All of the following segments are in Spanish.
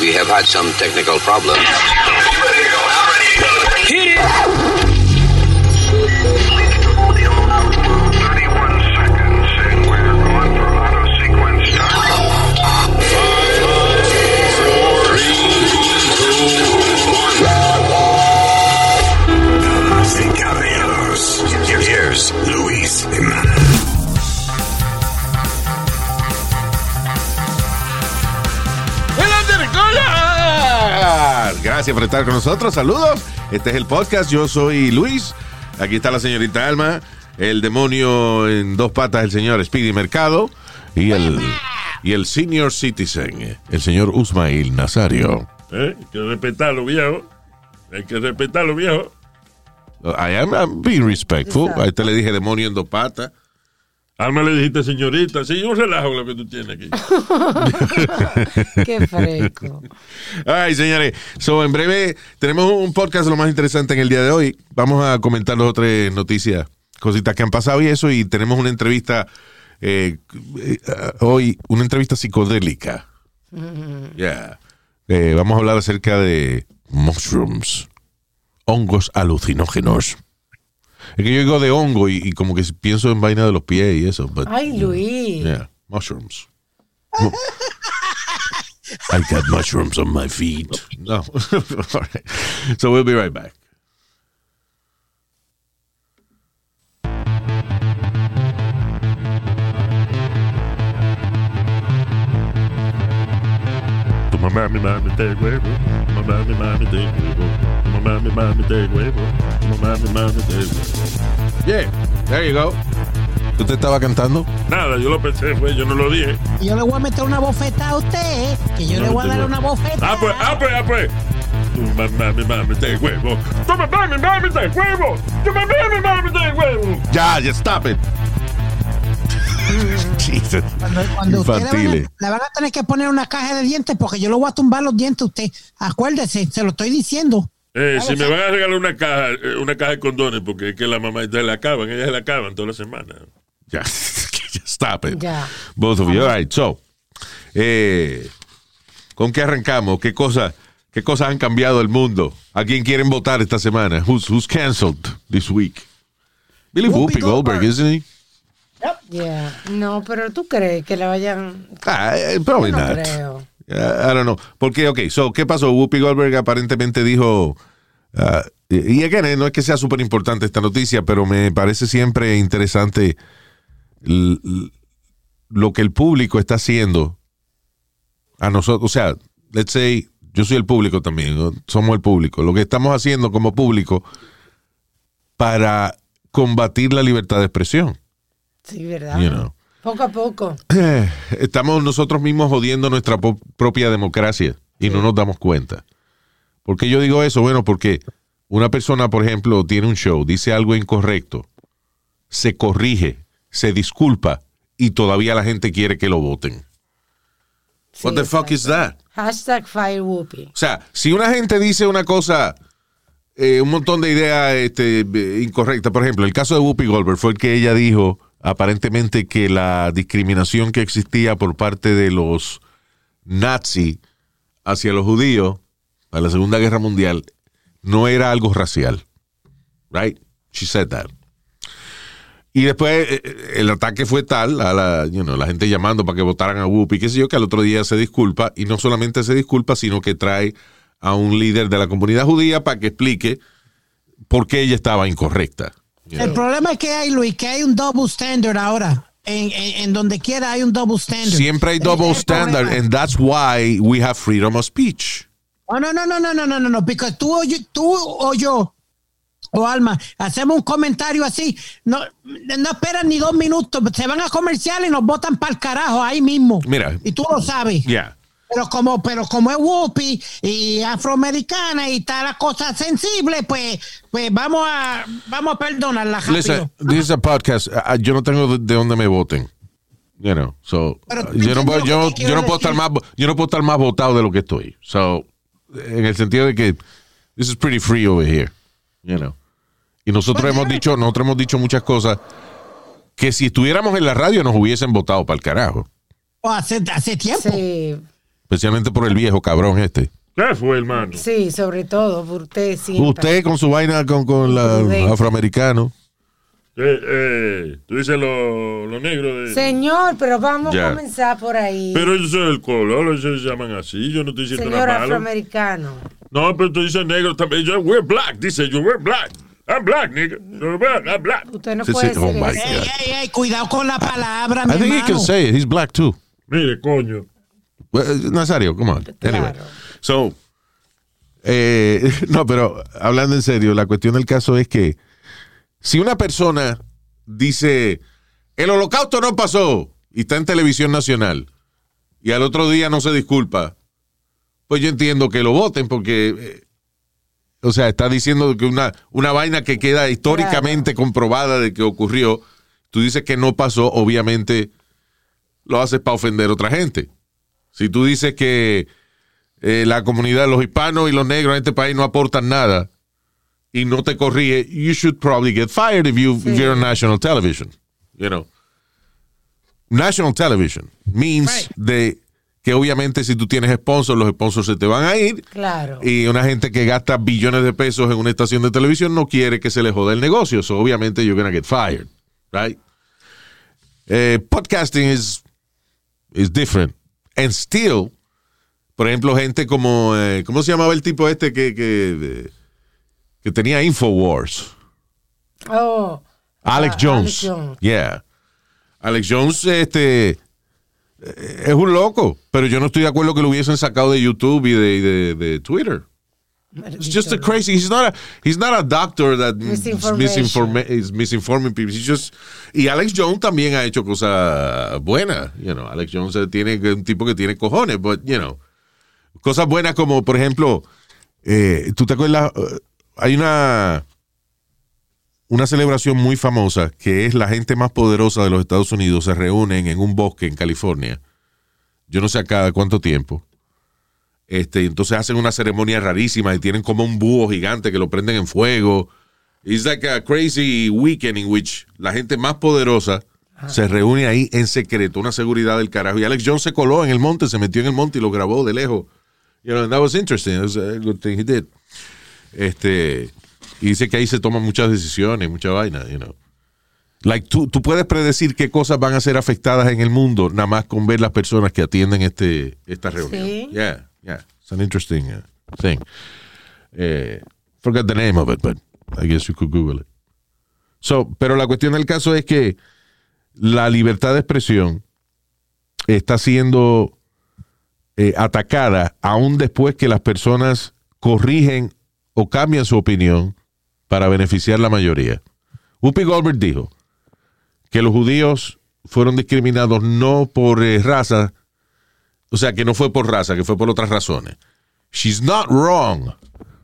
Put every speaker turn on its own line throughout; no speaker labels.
We have had some technical problems.
Hit it!
31 seconds, and we're going for auto sequence start. 5, 4, 3, 2, 1. Damas y caballeros, here's Luis Jimenez.
Gracias por estar con nosotros. Saludos. Este es el podcast. Yo soy Luis. Aquí está la señorita Alma. El demonio en dos patas, el señor Speedy Mercado. Y el senior citizen, el señor Usmail Nazario.
Hay que respetarlo, viejo. Hay que respetarlo, viejo.
I'm being respectful. A este le dije demonio en dos patas.
Alma le dijiste señorita. Sí, un relajo lo que tú tienes aquí.
Qué fresco.
Ay, señores. En breve tenemos un podcast lo más interesante en el día de hoy. Vamos a comentar dos o tres noticias, cositas que han pasado y eso. Y tenemos una entrevista hoy, una entrevista psicodélica. Yeah. Vamos a hablar acerca de mushrooms, hongos alucinógenos. Es que yo digo de hongo y como que pienso en vaina de los pies y eso. But,
ay, Luis.
Yeah, mushrooms. I got mushrooms on my feet. No. All right. So we'll be right back.
Mami, te huevo. Mami, te huevo. Mami, te huevo. Mami, te huevo.
Yeah, there you go. ¿Tú te estabas cantando?
Nada, yo lo pensé, pues, yo no lo dije.
Y yo le voy a meter una bofetada a usted, que yo le voy a dar una bofetada.
Pues. Tu mami, te huevo. Tu mami, te huevo. Tu mami, te huevo.
Ya, just stop it. Jesus.
Cuando usted
infantiles.
le van a tener que poner una caja de dientes porque yo le voy a tumbar los dientes a usted. Acuérdese, se lo estoy diciendo.
Si me van a regalar una caja de condones, porque es que la mamá ellas la acaban todas las semanas.
Ya, just stop it.
Ya.
Both of you. All right, so. ¿Con qué arrancamos? ¿Qué cosas han cambiado el mundo? ¿A quién quieren votar esta semana? Who's canceled this week? Billy Whoopi Goldberg, isn't he?
Yeah. No, pero ¿tú crees que la vayan?
Probably
Yo no
not.
creo.
I don't know. Porque, ¿qué pasó? Whoopi Goldberg aparentemente dijo, y again, no es que sea súper importante esta noticia, pero me parece siempre interesante lo que el público está haciendo a nosotros. O sea, let's say, yo soy el público también, ¿no? Somos el público. Lo que estamos haciendo como público para combatir la libertad de expresión.
Sí, ¿verdad?
You know.
Poco a poco.
Estamos nosotros mismos jodiendo nuestra propia democracia y no nos damos cuenta. ¿Por qué yo digo eso? Bueno, porque una persona, por ejemplo, tiene un show, dice algo incorrecto, se corrige, se disculpa y todavía la gente quiere que lo voten.
Sí,
What the fuck is that?
Hashtag Fire Whoopi.
O sea, si una gente dice una cosa, un montón de ideas incorrectas, por ejemplo, el caso de Whoopi Goldberg fue el que ella dijo aparentemente que la discriminación que existía por parte de los nazis hacia los judíos a la Segunda Guerra Mundial no era algo racial. Right? She said that. Y después el ataque fue tal a la gente llamando para que votaran a Whoopi, qué sé yo, que al otro día se disculpa, y no solamente se disculpa, sino que trae a un líder de la comunidad judía para que explique por qué ella estaba incorrecta.
El problema es que hay, Luis, que hay un double standard ahora. En donde quiera hay un double standard.
Siempre hay double standard, and that's why we have freedom of speech.
No, porque tú o yo o Alma hacemos un comentario así, no esperan ni 2 minutos, se van a comercial y nos botan para el carajo ahí mismo.
Mira.
Y tú lo sabes.
Yeah.
Pero como es Whoopi y afroamericana y está la cosa sensible, pues vamos a perdonarla rápido.
Listen, this is a podcast. Yo no tengo de dónde me voten. You know, so yo no puedo estar más votado de lo que estoy. So, en el sentido de que this is pretty free over here, you know. Y nosotros hemos dicho muchas cosas que si estuviéramos en la radio nos hubiesen votado para el carajo.
Hace tiempo.
Sí.
especialmente por el viejo cabrón este.
¿Qué fue, hermano?
Sí, sobre todo, por usted siempre.
Usted con su vaina con la
Prudente.
afroamericano.
Tú dices los negros de...
Señor, pero vamos
Ya.
a comenzar por ahí.
Pero eso es el color, ellos se llaman así. Yo no estoy diciendo
Señor
nada malo.
afroamericano.
No, pero tú dices negro también. Yo, we're black. Dice yo, we're black. I'm black, nigga. I'm black.
Usted no
Sí,
puede
sí, oh
decir
my
eso.
God.
Ey, cuidado con la palabra, mi
I think he
hermano.
can say it. He's black too.
Mire, coño.
Well, Nazario, come on.
Claro.
Anyway. So, no, pero hablando en serio, la cuestión del caso es que si una persona dice el holocausto no pasó y está en televisión nacional y al otro día no se disculpa, pues yo entiendo que lo voten porque, o sea, está diciendo que una vaina que queda históricamente comprobada de que ocurrió, tú dices que no pasó, obviamente lo haces para ofender a otra gente. Si tú dices que la comunidad de los hispanos y los negros en este país no aportan nada y no te corrige, you should probably get fired if you're on national television. You know. National television means que obviamente si tú tienes sponsors, los sponsors se te van a ir.
Claro.
Y una gente que gasta billones de pesos en una estación de televisión no quiere que se le jode el negocio. So obviamente you're gonna get fired. Right? Podcasting is different. And still, por ejemplo, gente como, ¿cómo se llamaba el tipo este que tenía Infowars?
Oh.
Alex Jones.
Alex Jones.
Yeah. Alex Jones, es un loco, pero yo no estoy de acuerdo que lo hubiesen sacado de YouTube y de Twitter. It's just a crazy. He's not a doctor that is misinforming people. He's just, y Alex Jones también ha hecho cosas buenas. You know, Alex Jones tiene un tipo que tiene cojones, but you know, cosas buenas como, por ejemplo, ¿tú te acuerdas? Hay una celebración muy famosa que es la gente más poderosa de los Estados Unidos se reúnen en un bosque en California. Yo no sé a cada cuánto tiempo. Entonces hacen una ceremonia rarísima y tienen como un búho gigante que lo prenden en fuego. It's like a crazy weekend in which la gente más poderosa se reúne ahí en secreto, una seguridad del carajo. Y Alex Jones se coló en el monte, se metió en el monte y lo grabó de lejos. You know, and that was interesting. It was a good thing he did. Y dice que ahí se toman muchas decisiones, mucha vaina, you know. Like, tú puedes predecir qué cosas van a ser afectadas en el mundo nada más con ver las personas que atienden esta reunión.
Sí.
Yeah. It's an interesting thing. Forgot the name of it, but I guess you could Google it. Pero la cuestión del caso es que la libertad de expresión está siendo atacada aún después que las personas corrigen o cambian su opinión para beneficiar a la mayoría. Whoopi Goldberg dijo que los judíos fueron discriminados no por raza, o sea, que no fue por raza, que fue por otras razones. She's not wrong.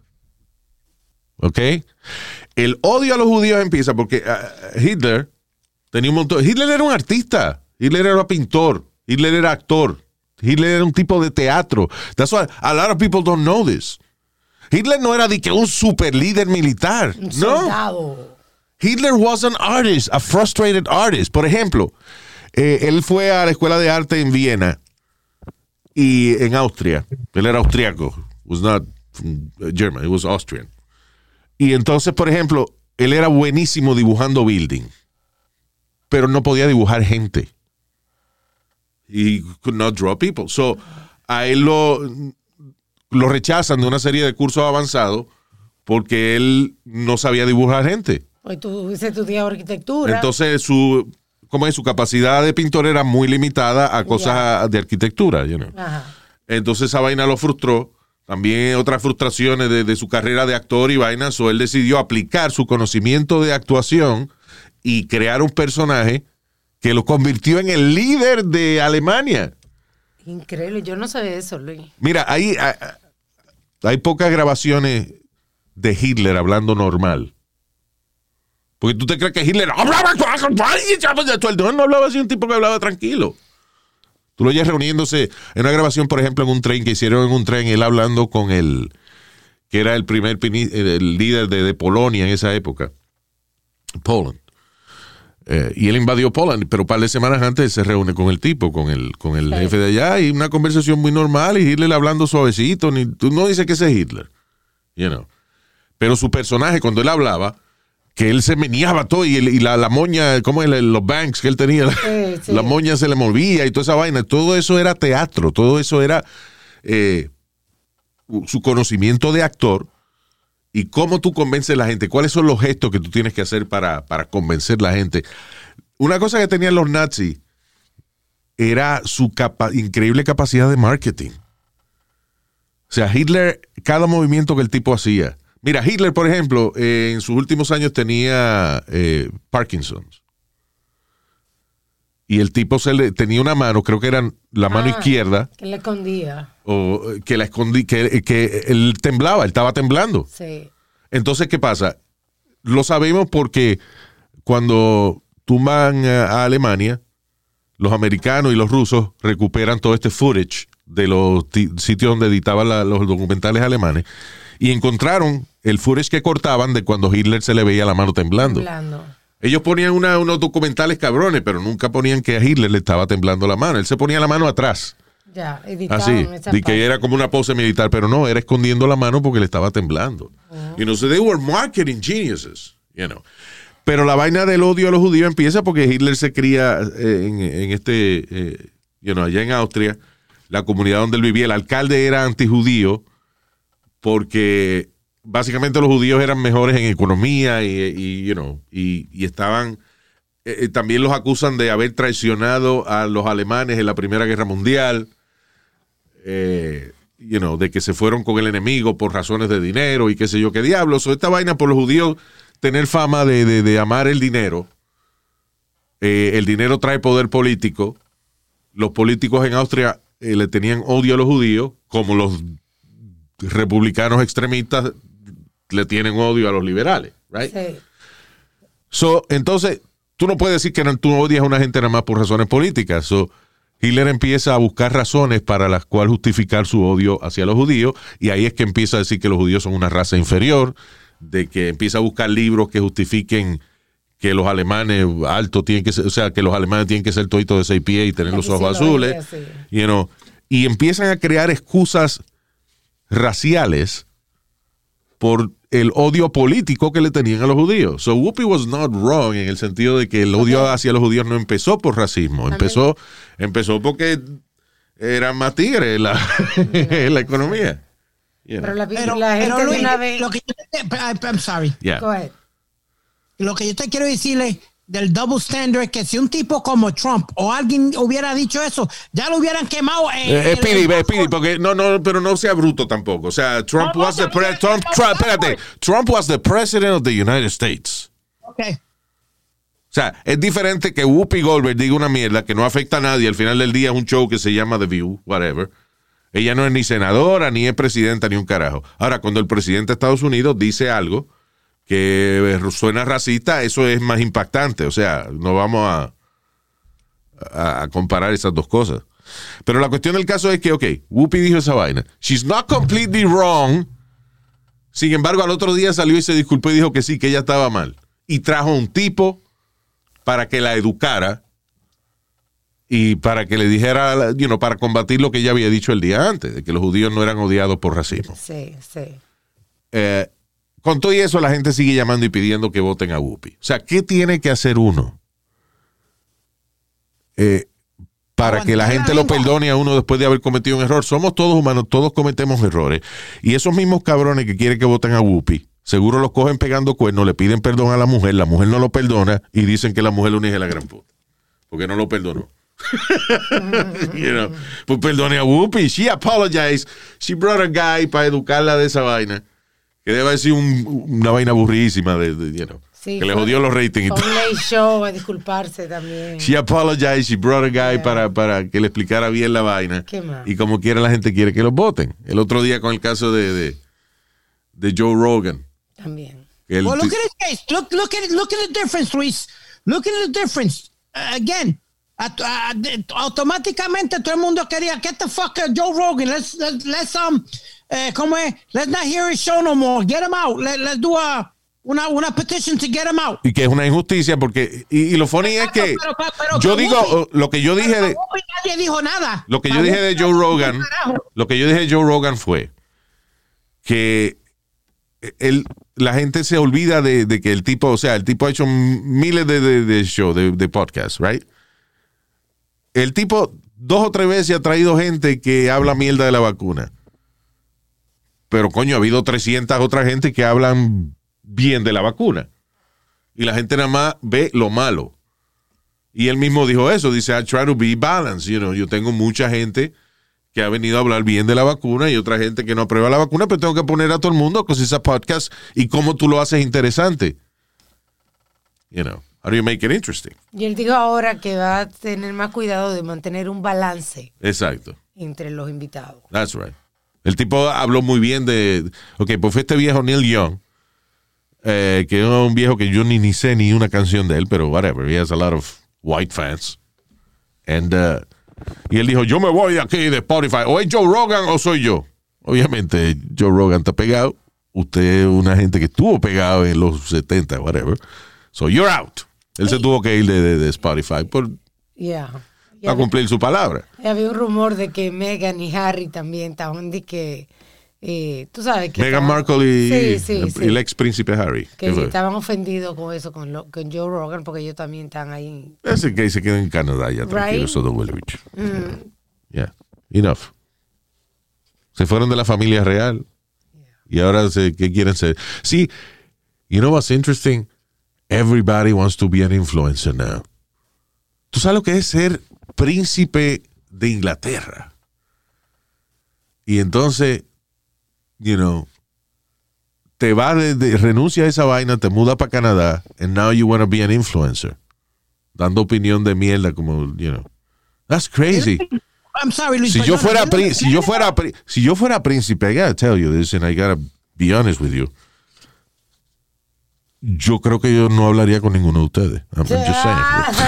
¿Ok? El odio a los judíos empieza porque Hitler tenía un montón. Hitler era un artista. Hitler era pintor. Hitler era actor. Hitler era un tipo de teatro. That's why a lot of people don't know this. Hitler no era de que un super líder militar.
Un
No.
soldado.
Hitler was an artist, a frustrated artist. Por ejemplo, él fue a la escuela de arte en Viena y en Austria. Él era austriaco. Was not German, he was Austrian. Y entonces, por ejemplo, él era buenísimo dibujando building, pero no podía dibujar gente. He could not draw people. So, a él lo rechazan de una serie de cursos avanzados porque él no sabía dibujar gente.
Pues tú hubiese estudiado arquitectura.
Entonces su capacidad de pintor era muy limitada a cosas de arquitectura, you know.
Ajá.
Entonces esa vaina lo frustró. También otras frustraciones de su carrera de actor y vaina. So él decidió aplicar su conocimiento de actuación y crear un personaje que lo convirtió en el líder de Alemania.
Increíble, yo no sabía eso, Luis.
Mira, hay pocas grabaciones de Hitler hablando normal. Porque tú te crees que Hitler hablaba, no hablaba así, un tipo que hablaba tranquilo. Tú lo oyes reuniéndose en una grabación, por ejemplo, en un tren que hicieron en un tren, él hablando con el que era el líder de Polonia en esa época, Poland. Y él invadió Poland, pero un par de semanas antes él se reúne con el tipo, con el jefe de allá, y una conversación muy normal, y Hitler hablando suavecito. Tú no dices que ese es Hitler, you know. Pero su personaje, cuando él hablaba, que él se meneaba todo, y la moña, como los banks que él tenía, la moña se le movía y toda esa vaina, todo eso era teatro, todo eso era su conocimiento de actor. ¿Y cómo tú convences a la gente? ¿Cuáles son los gestos que tú tienes que hacer para convencer a la gente? Una cosa que tenían los nazis era su increíble capacidad de marketing. O sea, Hitler, cada movimiento que el tipo hacía. Mira, Hitler, por ejemplo, en sus últimos años tenía Parkinson's. Y el tipo tenía una mano, creo que era la mano izquierda.
Que le escondía.
O que la escondí, que él temblaba, él estaba temblando.
Sí.
Entonces, ¿qué pasa? Lo sabemos porque cuando tumban a Alemania, los americanos y los rusos recuperan todo este footage de los sitios donde editaban los documentales alemanes y encontraron el footage que cortaban de cuando Hitler se le veía la mano temblando. Ellos ponían unos documentales cabrones, pero nunca ponían que a Hitler le estaba temblando la mano. Él se ponía la mano atrás.
Ya,
así, de que era como una pose militar, pero no, era escondiendo la mano porque le estaba temblando. You know, so they were marketing geniuses, you know. Pero la vaina del odio a los judíos empieza porque Hitler se cría allá en Austria, la comunidad donde él vivía. El alcalde era antijudío porque básicamente los judíos eran mejores en economía y estaban... también los acusan de haber traicionado a los alemanes en la Primera Guerra Mundial, de que se fueron con el enemigo por razones de dinero y qué sé yo qué diablos. Esta vaina por los judíos tener fama de amar el dinero. El dinero trae poder político. Los políticos en Austria le tenían odio a los judíos, como los republicanos extremistas le tienen odio a los liberales, right? Sí. Entonces, tú no puedes decir que tú odias a una gente nada más por razones políticas. Hitler empieza a buscar razones para las cuales justificar su odio hacia los judíos, y ahí es que empieza a decir que los judíos son una raza inferior, de que empieza a buscar libros que justifiquen que los alemanes altos tienen que ser, o sea, que los alemanes tienen que ser toditos de 6 pies y tener los ojos azules, y empiezan a crear excusas raciales por el odio político que le tenían a los judíos. So Whoopi was not wrong en el sentido de que el odio hacia los judíos no empezó por racismo, empezó porque eran más tigres en la economía.
Pero la gente de una vez...
I'm sorry.
Yeah.
Go ahead.
Lo que yo te quiero decirle del double standard es que si un tipo como Trump o alguien hubiera dicho eso, ya lo hubieran quemado.
Speedy, porque pero no sea bruto tampoco. O sea, Trump was the president of the United States.
Okay.
O sea, es diferente que Whoopi Goldberg diga una mierda que no afecta a nadie. Al final del día es un show que se llama The View, whatever. Ella no es ni senadora, ni es presidenta, ni un carajo. Ahora, cuando el presidente de Estados Unidos dice algo que suena racista, eso es más impactante. O sea, no vamos a comparar esas dos cosas. Pero la cuestión del caso es que, Whoopi dijo esa vaina. She's not completely wrong. Sin embargo, al otro día salió y se disculpó y dijo que sí, que ella estaba mal. Y trajo un tipo para que la educara y para que le dijera, para combatir lo que ella había dicho el día antes, de que los judíos no eran odiados por racismo.
Sí.
Con todo y eso, la gente sigue llamando y pidiendo que voten a Whoopi. O sea, ¿qué tiene que hacer uno para que la gente lo perdone a uno después de haber cometido un error? Somos todos humanos, todos cometemos errores. Y esos mismos cabrones que quieren que voten a Whoopi, seguro los cogen pegando cuernos, le piden perdón a la mujer no lo perdona y dicen que la mujer lo unige la gran puta, porque no lo perdonó. Pues perdone a Whoopi. She apologized. She brought a guy para educarla de esa vaina. Que debe decir una vaina aburridísima
sí,
que le jodió los ratings.
Con un late show a disculparse también.
She apologized, she brought a guy para que le explicara bien la vaina.
¿Qué más?
Y como quiera la gente quiere que los voten. El otro día con el caso de Joe Rogan.
También.
Well, look at this case. Look at the difference, Luis. Look at the difference. Again, automáticamente todo el mundo quería get the fuck Joe Rogan. Let's ¿cómo es? Let's not hear his show no more. Get him out. Let's do una petition to get him out.
Y que es una injusticia porque... Y lo funny es que...
Pero
yo digo, lo que yo dije de...
Nadie dijo nada.
Lo que yo dije de Joe Rogan... Lo que yo dije de Joe Rogan fue que la gente se olvida de que el tipo... O sea, el tipo ha hecho miles de shows, de podcasts, right? El tipo 2 o 3 veces ha traído gente que habla mierda de la vacuna. Pero, coño, ha habido 300 otras gente que hablan bien de la vacuna. Y la gente nada más ve lo malo. Y él mismo dijo eso. Dice, I try to be balanced. You know, yo tengo mucha gente que ha venido a hablar bien de la vacuna y otra gente que no aprueba la vacuna, pero tengo que poner a todo el mundo con esa podcast y cómo tú lo haces interesante. You know, how do you make it interesting?
Y él dijo ahora que va a tener más cuidado de mantener un balance
Exacto.
entre los invitados.
That's right. El tipo habló muy bien de... Ok, pues fue este viejo Neil Young, que es un viejo que yo ni sé ni una canción de él, pero whatever. He has a lot of white fans. Y él dijo, yo me voy de aquí de Spotify. O es Joe Rogan o soy yo. Obviamente Joe Rogan está pegado. Usted es una gente que estuvo pegado en los 70, whatever. So you're out. Él se tuvo que ir de Spotify para cumplir su palabra.
Había un rumor de que Meghan y Harry también estaban de que, tú sabes que...
Meghan Markle y el ex príncipe Harry.
Que estaban ofendidos con eso, con Joe Rogan, porque ellos también están ahí.
Ese que se queda en Canadá ya, tranquilo, todo Woolwich. Yeah, enough. Se fueron de la familia real. Y ahora, ¿qué quieren ser? Sí, you know what's interesting? Everybody wants to be an influencer now. ¿Tú sabes lo que es ser príncipe de Inglaterra? Y entonces, you know, te va renuncia a esa vaina, te muda para Canadá, and now you want to be an influencer. Dando opinión de mierda como, you know. That's crazy.
I'm sorry, Luis.
Si yo fuera príncipe, I gotta tell you this, and I gotta be honest with you. Yo creo que yo no hablaría con ninguno de ustedes. I'm just saying.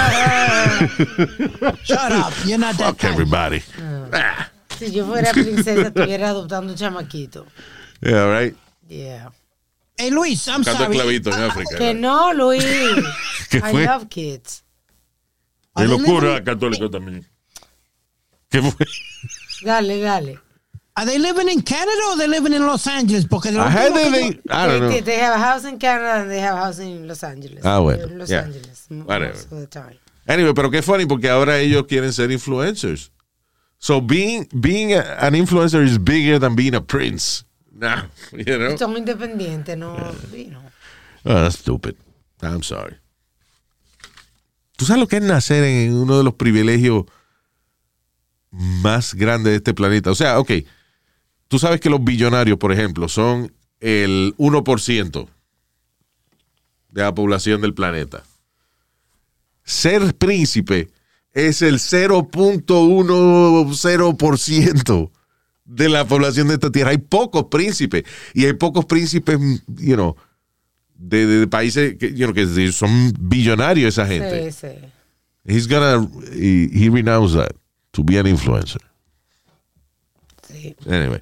Shut up. You're not that
Fuck everybody.
Si yo fuera princesa, estuviera adoptando un chamaquito.
Yeah, right.
Yeah.
Hey, Luis, I'm
Buscando
sorry.
esclavitos en África.
Que no, Luis.
¿Qué fue?
I love kids.
Y locura católico también.
¿Qué fue?
Dale.
Are they living in Canada or they living in Los Angeles? Porque
I don't know.
They have a house in Canada and they have a house in Los Angeles.
Ah, bueno.
Los
Yeah.
Angeles.
Whatever.
Most of the time.
Anyway, pero qué funny porque ahora ellos quieren ser influencers. So being an influencer is bigger than being a prince. No, you know.
Son independientes, no.
Oh, that's stupid. I'm sorry. ¿Tú sabes lo que es nacer en uno de los privilegios más grandes de este planeta? O sea, ok, tú sabes que los billonarios, por ejemplo, son el 1% de la población del planeta. Ser príncipe es el 0.10% de la población de esta tierra. Hay pocos príncipes y hay pocos príncipes, you know, de países que, you know, que son billonarios esa gente.
Sí.
He renounced that to be an influencer.
Sí.
Anyway,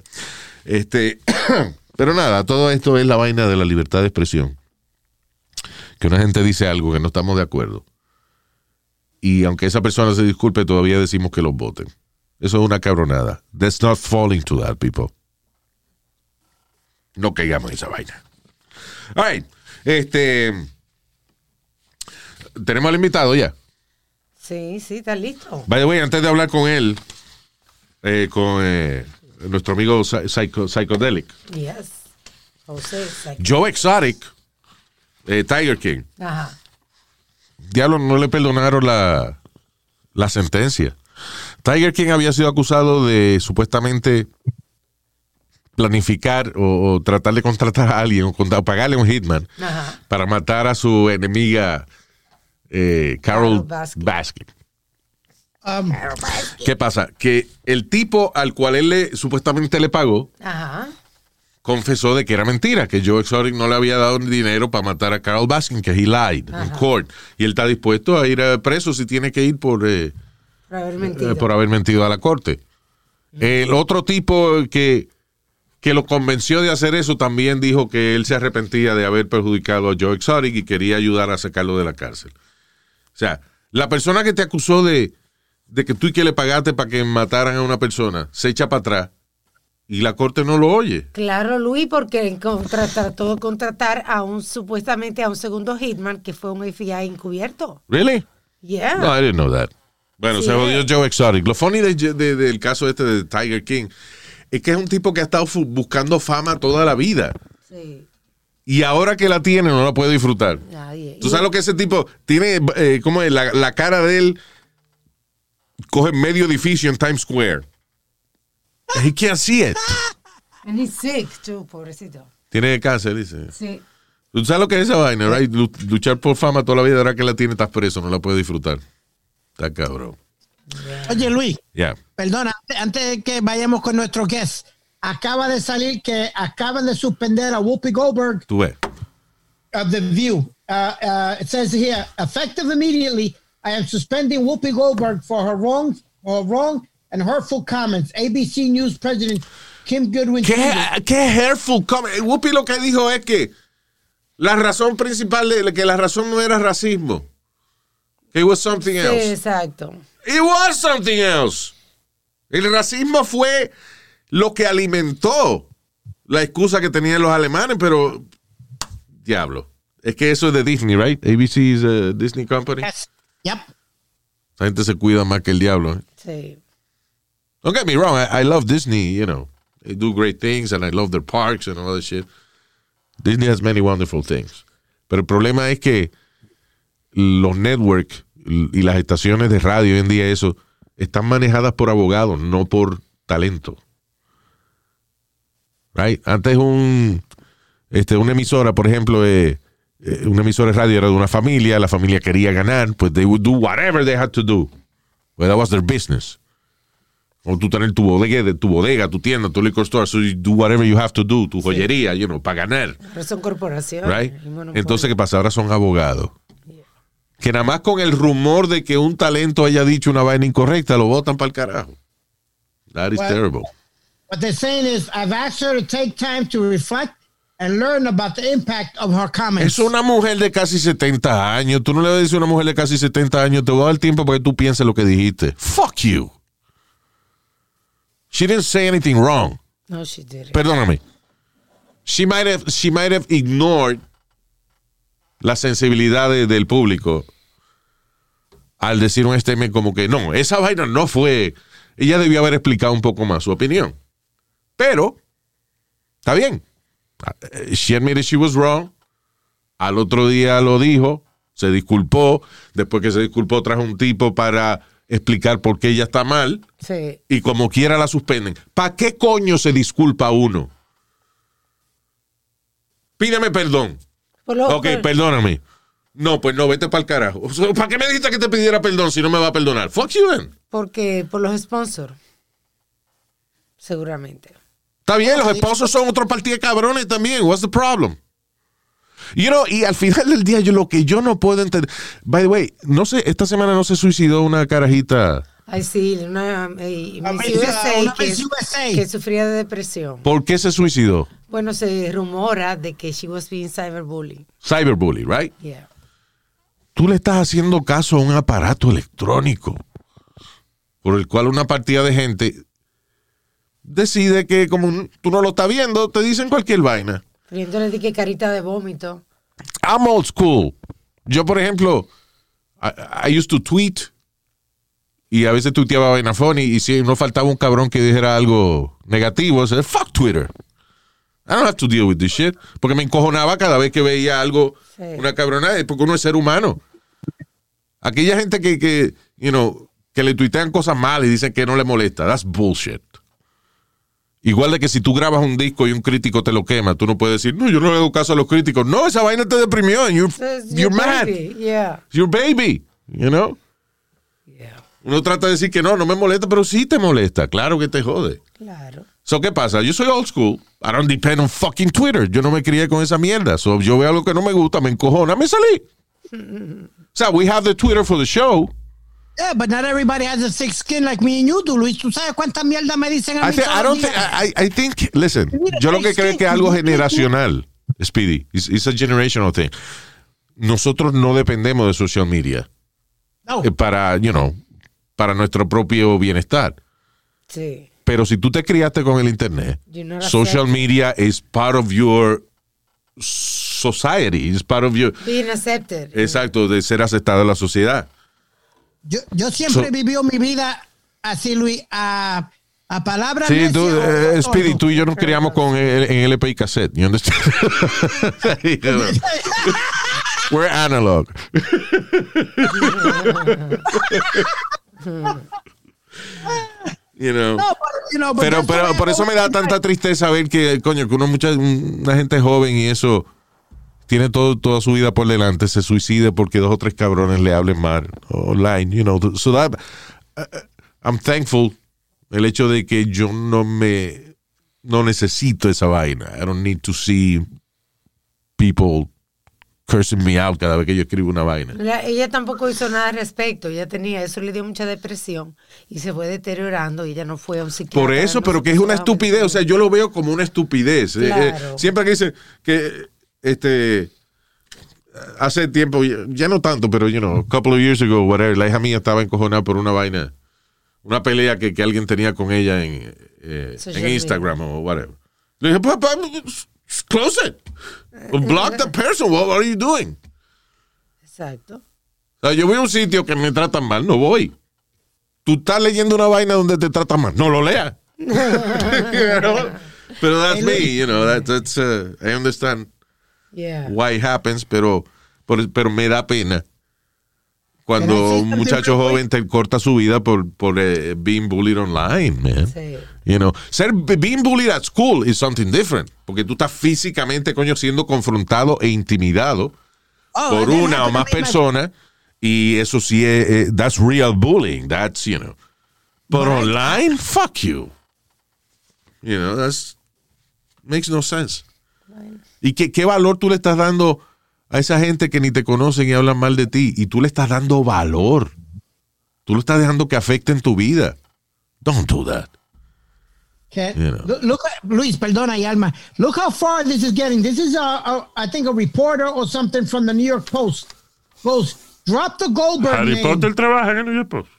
pero nada, todo esto es la vaina de la libertad de expresión. Que una gente dice algo que no estamos de acuerdo. Y aunque esa persona se disculpe, todavía decimos que los voten. Eso es una cabronada. Let's not fall into that, people. No caigamos en esa vaina. All right. Tenemos al invitado ya.
Sí, está listo.
By the way, antes de hablar con él, con nuestro amigo Psychedelic.
Yes. José.
Joe Exotic, Tiger King.
Ajá.
Diablo, no le perdonaron la sentencia. Tiger King había sido acusado de supuestamente planificar o tratar de contratar a alguien o pagarle a un hitman para matar a su enemiga Carol Baskin. ¿Qué pasa? Que el tipo al cual él supuestamente le pagó confesó de que era mentira, que Joe Exotic no le había dado dinero para matar a Carol Baskin, que he lied in court. Y él está dispuesto a ir preso si tiene que ir por haber mentido a la corte. El otro tipo que que lo convenció de hacer eso, también dijo que él se arrepentía de haber perjudicado a Joe Exotic y quería ayudar a sacarlo de la cárcel. O sea, la persona que te acusó de que tú y que le pagaste para que mataran a una persona, se echa para atrás y la corte no lo oye.
Claro, Luis, porque trató de contratar supuestamente a un segundo hitman que fue un FBI encubierto.
¿Really?
Yeah.
No, I didn't know that. Bueno,
Sí,
se jodió Joe Exotic. Lo funny del caso este de Tiger King es que es un tipo que ha estado buscando fama toda la vida.
Sí.
Y ahora que la tiene, no la puede disfrutar.
Nadie.
¿Tú sabes lo que ese tipo tiene? ¿Cómo es? La cara de él coge medio edificio en Times Square. He can't see it.
And he's sick, too, pobrecito.
Tiene cáncer, dice.
Sí.
¿Tú sabes lo que es esa vaina, right? Luchar por fama toda la vida, ahora que la tiene, estás preso, no la puedes disfrutar. Está cabrón.
Oye, Luis,
Yeah.
perdona, antes de que vayamos con nuestro guest, acaba de salir que acaban de suspender a Whoopi Goldberg
Tú ves.
of The View. It says here, effective immediately, I am suspending Whoopi Goldberg for her wrong and hurtful comments. ABC News President Kim Goodwin.
¿Qué hurtful comment? Whoopi lo que dijo es que la razón principal que la razón no era racismo. Que it was something
Sí,
else.
exacto.
It was something else. El racismo fue lo que alimentó la excusa que tenían los alemanes, pero diablo. Es que eso es de Disney, right? ABC is a Disney company.
Yes. Yep.
La gente se cuida más que el diablo. ¿Eh?
Sí.
Don't get me wrong, I love Disney, you know. They do great things and I love their parks and all that shit. Disney has many wonderful things. Pero el problema es que los networks y las estaciones de radio hoy en día, eso, están manejadas por abogados, no por talento. Right? Antes una emisora, por ejemplo, una emisora de radio era de una familia, la familia quería ganar, pues they would do whatever they had to do. Well, that was their business. O tú tener tu bodega, tu tienda, tu liquor store, so you do whatever you have to do, tu joyería, you know, para ganar.
Ahora son corporaciones.
Right?
y monopolios.
Entonces, ¿qué pasa? Ahora son abogados. Que nada más con el rumor de que un talento haya dicho una vaina incorrecta, lo botan para el carajo. That is
Well,
terrible.
What they're saying is, I've asked her to take time to reflect and learn about the impact of her comments.
Es una mujer de casi 70 años. Tú no le vas a decir a una mujer de casi 70 años, te voy a dar tiempo para que tú pienses lo que dijiste. Fuck you. She didn't say anything wrong.
No, she didn't.
Perdóname. She might have ignored la sensibilidad del público al decir un statement como que no, esa vaina no fue. Ella debió haber explicado un poco más su opinión. Pero, está bien. She admitted she was wrong. Al otro día lo dijo, se disculpó. Después que se disculpó, trajo un tipo para explicar por qué ella está mal.
Sí.
Y como quiera la suspenden. ¿Para qué coño se disculpa uno? Pídeme perdón. Perdóname. No, pues no, vete para el carajo. ¿Para qué me dijiste que te pidiera perdón si no me va a perdonar? Fuck you then.
Porque por los sponsors. Seguramente.
Está bien, los esposos son otro partido de cabrones también. What's the problem? You know, y al final del día, lo que yo no puedo entender. By the way, no sé, esta semana no se suicidó una carajita.
Ay, sí, una Miss
Miss
USA que sufría de depresión.
¿Por qué se suicidó?
Bueno, se rumora de que she was being cyberbullied.
Cyberbully, right?
Yeah.
Tú le estás haciendo caso a un aparato electrónico por el cual una partida de gente decide que como tú no lo estás viendo, te dicen cualquier vaina.
Poniéndole de que carita de vómito.
I'm old school. Yo, por ejemplo, I used to tweet y a veces tuiteaba vaina funny y si no faltaba un cabrón que dijera algo negativo, se fuck Twitter. I don't have to deal with this shit. Porque me encojonaba cada vez que veía algo,
sí,
una cabronada, porque uno es ser humano. Aquella gente que you know, que le tuitean cosas malas y dicen que no le molesta. That's bullshit. Igual de que si tú grabas un disco y un crítico te lo quema, tú no puedes decir, no, yo no le hago caso a los críticos. No, esa vaina te deprimió and you're mad.
Yeah.
It's your baby, you know?
Yeah.
Uno trata de decir que no me molesta, pero sí te molesta. Claro que te jode.
Claro.
So, ¿qué pasa? Yo soy old school. I don't depend on fucking Twitter. Yo no me crié con esa mierda. So, yo veo algo que no me gusta, me encojona, me salí. O sea, we have the Twitter for the show.
Yeah, but not everybody has a thick skin like me and you do, Luis. ¿Tú sabes cuánta mierda me dicen a mí todos los días?
I think, listen, yo lo que creo es que es algo generacional, Speedy. It's a generational thing. Nosotros no dependemos de social media
No.
para nuestro propio bienestar.
Sí.
Pero si tú te criaste con el internet,
You're not
social
accepted.
media is part of your society, is part of your...
Being accepted.
Exacto, de ser aceptado en la sociedad.
Yo siempre he vivido mi vida así, Luis, a palabras
Sí,
necias
tú,
o
Speedy,
todo.
tú y yo nos criamos con en LP y cassette. You understand? We're analog. You know.
No, but, you know, but
Pero
that's why
por eso me da tanta tristeza ver que, coño, que una gente joven y eso tiene toda su vida por delante, se suicide porque 2 o 3 cabrones le hablen mal online, you know. So that, I'm thankful el hecho de que yo no necesito esa vaina. I don't need to see people cursing me out cada vez que yo escribo una vaina.
Ella tampoco hizo nada al respecto. Ella tenía eso, le dio mucha depresión y se fue deteriorando y ella no fue a un psiquiatra.
Por eso,
no
pero
se
que es una
puso a
estupidez. O sea, yo lo veo como una estupidez.
Claro.
Siempre que dicen que hace tiempo, ya no tanto, pero a couple of years ago, whatever, la hija mía estaba encojonada por una vaina, una pelea que alguien tenía con ella en Instagram o whatever. Le dije, papá, close it. Block the person. What are you doing?
Exacto.
O sea, yo voy a un sitio que me tratan mal, no voy. Tú estás leyendo una vaina donde te tratan mal, no lo leas. You know? Pero that's me, that's I understand
Yeah.
why it happens, pero me da pena cuando
Pero sí,
un muchacho joven te corta su vida por being bullied online, man.
Sí.
Being bullied at school is something different, porque tú estás físicamente, coño, siendo confrontado e intimidado
Oh,
por
and
una o más personas, y eso sí es, that's real bullying, that's, But online, fuck you. That's makes no sense. ¿Y qué valor tú le estás dando a esa gente que ni te conocen y hablan mal de ti? Y tú le estás dando valor. Tú lo estás dejando que afecten tu vida. Don't do that.
Okay.
You know.
Look, Luis, perdona, y Alma. Look how far this is getting. This is, I think, a reporter or something from the New York Post. Goes, drop the Goldberg
Harry
name.
Potter trabaja en el New York Post.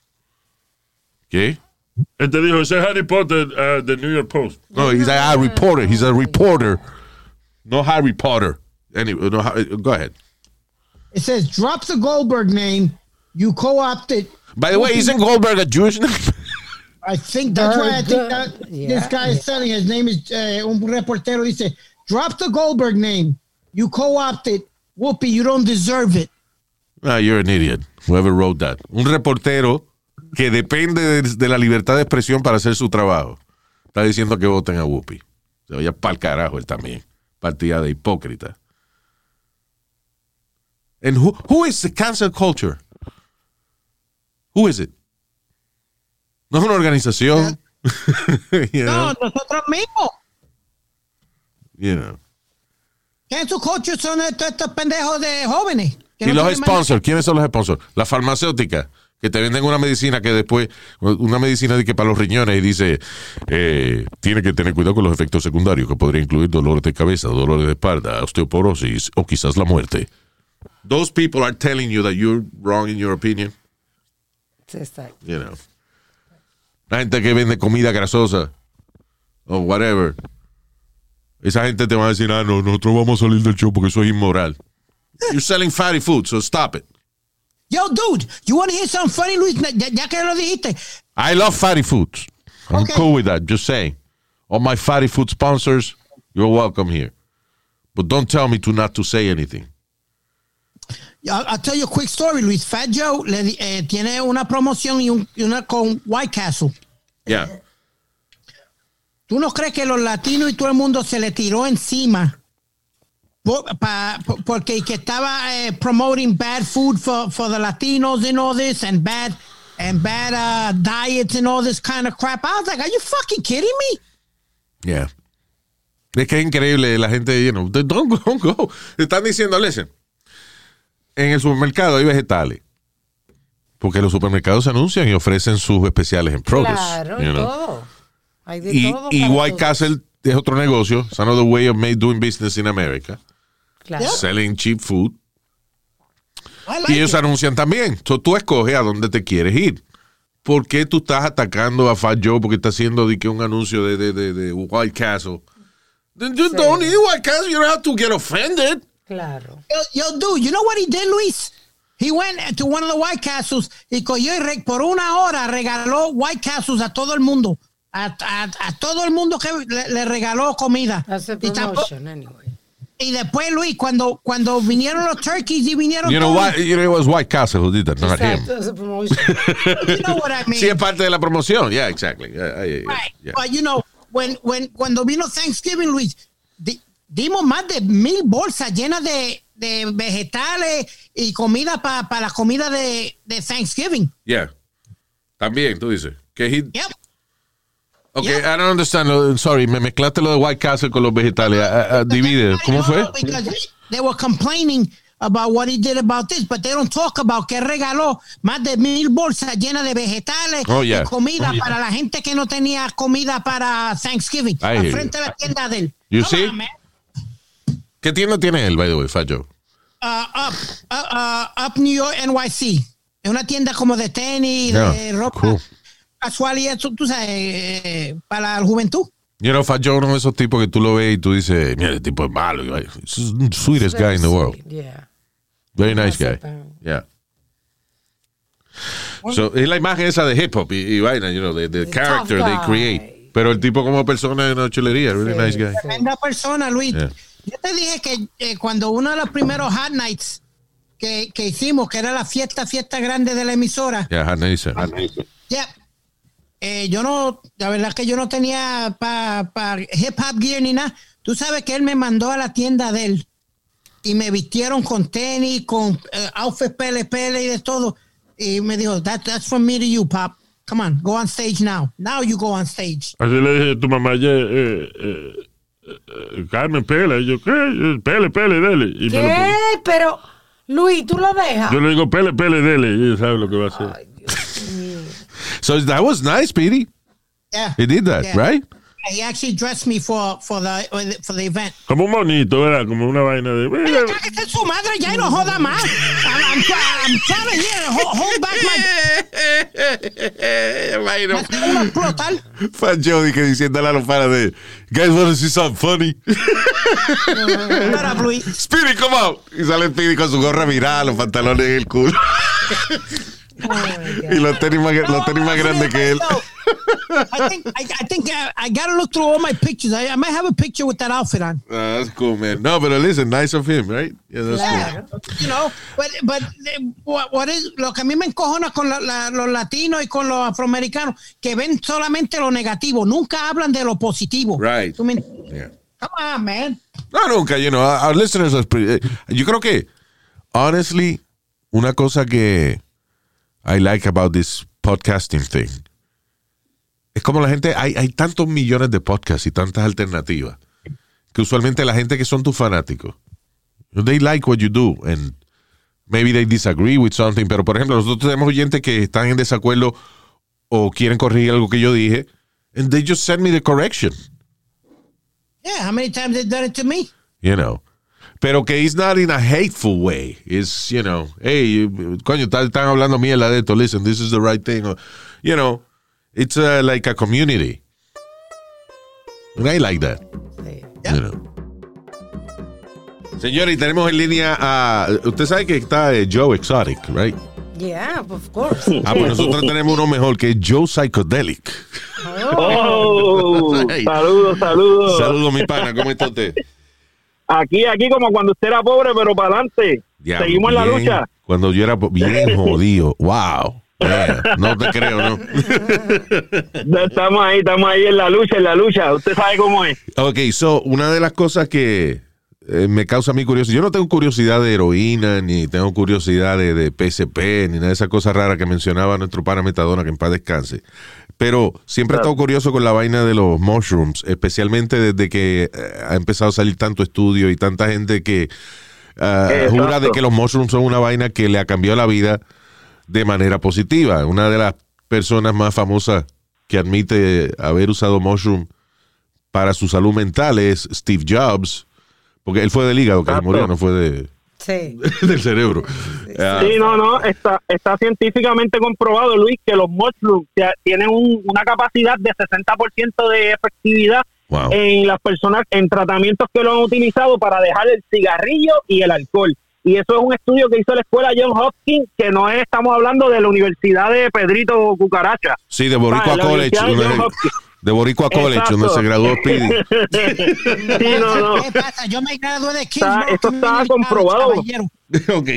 ¿Qué?
Él te dijo, ese es Harry Potter de New York Post.
No, he's a reporter. He's a reporter. No Harry Potter. Anyway, no, go ahead.
It says, drop the Goldberg name. You co-opted.
By the way, isn't Goldberg a Jewish name?
I think that's why I think that this guy is selling. His name is un reportero dice, drop the Goldberg name. You co-opted. Whoopi, you don't deserve it.
You're an idiot. Whoever wrote that. Un reportero que depende de la libertad de expresión para hacer su trabajo. Está diciendo que voten a Whoopi. Se vaya pa'l carajo él también. Partida de hipócrita. And who is the cancel culture? Who is it? No es una organización. You know?
No, nosotros mismos.
You know.
Cancel culture son estos pendejos de jóvenes. que
Y
no
los
tienen
sponsors, ¿quiénes son los sponsors? Las farmacéuticas, que te venden una medicina que después, una medicina de que para los riñones y dice, tiene que tener cuidado con los efectos secundarios, que podría incluir dolores de cabeza, dolores de espalda, osteoporosis o quizás la muerte. Those people are telling you that you're wrong in your opinion.
Sí, exacto.
You know. La gente que vende comida grasosa o whatever. Esa gente te va a decir, no, nosotros vamos a salir del show porque eso es inmoral. You're selling fatty food, so stop it.
Yo, dude, you want to hear something funny, Luis? Ya que lo dijiste.
I love fatty foods. I'm
Okay.
cool with that. Just saying. All my fatty food sponsors, you're welcome here. But don't tell me not to say anything.
I'll tell you a quick story, Luis. Fat Joe tiene una promoción y una con White Castle.
Yeah.
¿Tú no crees que los latinos y todo el mundo se le tiró encima porque que estaba promoting bad food for the Latinos and all this and bad diets and all this kind of crap? I was like, are you fucking kidding me?
Yeah. Es que es increíble la gente, don't go. Están diciendo, listen, en el supermercado hay vegetales. Porque los supermercados se anuncian y ofrecen sus especiales en produce.
Claro,
you know.
todo. Hay de
Y
todo.
White
para todos.
Castle es otro negocio. It's another way of doing business in America.
Claro.
Selling cheap food.
I like
Y ellos
it.
anuncian también. So, tú escoges a dónde te quieres ir. ¿Por qué tú estás atacando a Fat Joe porque está haciendo un anuncio de White Castle? You don't need White Castle. You don't have to get offended.
Claro.
Yo, dude, you know what he did, Luis? He went to one of the White Castles y cogió y por una hora regaló White Castles a todo el mundo. A todo el mundo que le regaló comida.
Hace
Y tampoco-
promotion, anyway.
Y después, Luis, cuando vinieron los turkeys y vinieron
You know
todos,
what? You know, it was White Castle who did that, not him.
Exacto, hace promotion.
you know what I mean.
Sí, es parte de la promoción. Yeah, exactly.
Right.
Yeah.
But you know, cuando vino Thanksgiving, Luis, dimos más de 1,000 bolsas llenas de vegetales y comida para la comida de Thanksgiving.
Yeah. También, tú dices. Que he,
Yep.
okay,
Yeah.
I don't understand. Sorry, me mezclaste lo de White Castle con los vegetales. Divide. ¿Cómo fue?
Because they were complaining about what he did about this, but they don't talk about que regaló más de 1,000 bolsas llenas de vegetales
Oh, yeah.
y comida para la gente que no tenía comida para Thanksgiving.
I hear
Al
you.
frente de la tienda de él.
You
Come
see?
on, man.
¿Qué tienda tiene él, by the way, Fat Joe?
Up New York, NYC. Es una tienda como de tenis, de
Yeah,
ropa
cool.
casual y eso, tú sabes, para la juventud.
You know, Fat Joe, uno de esos tipos que tú lo ves y tú dices, mira, el tipo es malo. He's the sweetest guy in the world.
Yeah.
Very nice guy.
Aceptable.
Yeah. So, es la imagen esa de hip hop y vaina, you know, the character
tough
they
guy.
create. Pero el tipo como persona es una chulería, really nice guy.
Tremenda persona, Luis.
Yeah.
Yo te dije que cuando uno de los primeros Hot Nights que hicimos, que era la fiesta grande de la emisora,
Yeah, Hanesa.
yeah, yo no, la verdad es que yo no tenía para hip hop gear ni nada. Tú sabes que él me mandó a la tienda de él y me vistieron con tenis, con outfits pele y de todo. Y me dijo, that's from me to you, Pop. Come on, go on stage now. Now you go on stage.
Así le dije a tu mamá, Carmen, pela. Y yo, ¿qué? Pele, dele. Y me lo
¿Qué? Pero, Luis, ¿tú lo dejas?
yo le digo, pele, dele. Y ella sabe lo que va a hacer.
Ay, Dios mío.
So that was nice, Petey.
Yeah.
He did that,
Yeah.
right?
He actually dressed me for the event.
Como un monito, ¿verdad? Como una vaina de...
Mira, cállate en su madre ya y no joda más. I'm trying to hear, hold back my... Me hace uno explotar.
Fat Joe diciéndole a los panas de, guys wanna see something funny?
Para Luis.
Speedy, come out. Y sale Speedy con su gorra virada, los pantalones en el culo.
Oh, my God.
Y los tenis más grandes que él.
I think I gotta look through all my pictures. I might have a picture with that outfit on.
That's cool, man. No, pero listen, nice of him, right? Yeah, that's
Claro.
You know, but what is, lo que a mí me encojona con los latinos y con los afroamericanos, que ven solamente lo negativo, nunca hablan de lo positivo.
Right.
¿Tú me-
cool. Yeah.
Come on, man.
No, nunca, you know, our listeners are yo creo que, honestly, una cosa que I like about this podcasting thing es como la gente, hay tantos millones de podcasts y tantas alternativas que usualmente la gente que son tus fanáticos, they like what you do and maybe they disagree with something, pero por ejemplo, nosotros tenemos oyentes que están en desacuerdo o quieren corregir algo que yo dije and they just send me the correction.
Yeah, how many times they've done it to me?
You know. Pero que it's not in a hateful way. It's, you know, hey, coño, están hablando mierda de esto. Listen, this is the right thing. Or, you know, it's like a community. And I like that.
Sí.
You know. Señores, y tenemos en línea a... Usted sabe que está Joe Exotic, right?
Yeah, of course.
Ah, pues nosotros tenemos uno mejor que es Joe Psychedelic.
Oh,
Hey.
saludos.
Saludos, mi pana. ¿Cómo está usted?
Aquí como cuando usted era pobre, pero para adelante.
Diablo,
Seguimos en la
bien.
lucha.
Cuando yo era bien jodido. Wow. Yeah, no te creo, ¿no?
Estamos ahí en la lucha. Usted sabe cómo es.
Ok, so, una de las cosas que me causa mi curiosidad, yo no tengo curiosidad de heroína, ni tengo curiosidad de PSP, ni nada de esas cosas raras que mencionaba nuestro pana Metadona, que en paz descanse. Pero siempre he estado curioso con la vaina de los mushrooms, especialmente desde que ha empezado a salir tanto estudio y tanta gente que jura de que los mushrooms son una vaina que le ha cambiado la vida. de manera positiva. Una de las personas más famosas que admite haber usado mushroom para su salud mental es Steve Jobs, porque él fue del hígado que se murió, no fue del cerebro.
Sí, no, está científicamente comprobado, Luis, que los mushrooms tienen una capacidad de 60% de efectividad en las personas en tratamientos que lo han utilizado para dejar el cigarrillo y el alcohol. Y eso es un estudio que hizo la escuela Johns Hopkins, que no estamos hablando de la Universidad de Pedrito Cucaracha.
Sí, de Boricua College. De Boricua College, donde se graduó Speedy.
Sí, no.
¿Qué pasa? Yo me gradué de Kingsborough.
Esto está comprobado.
Ok.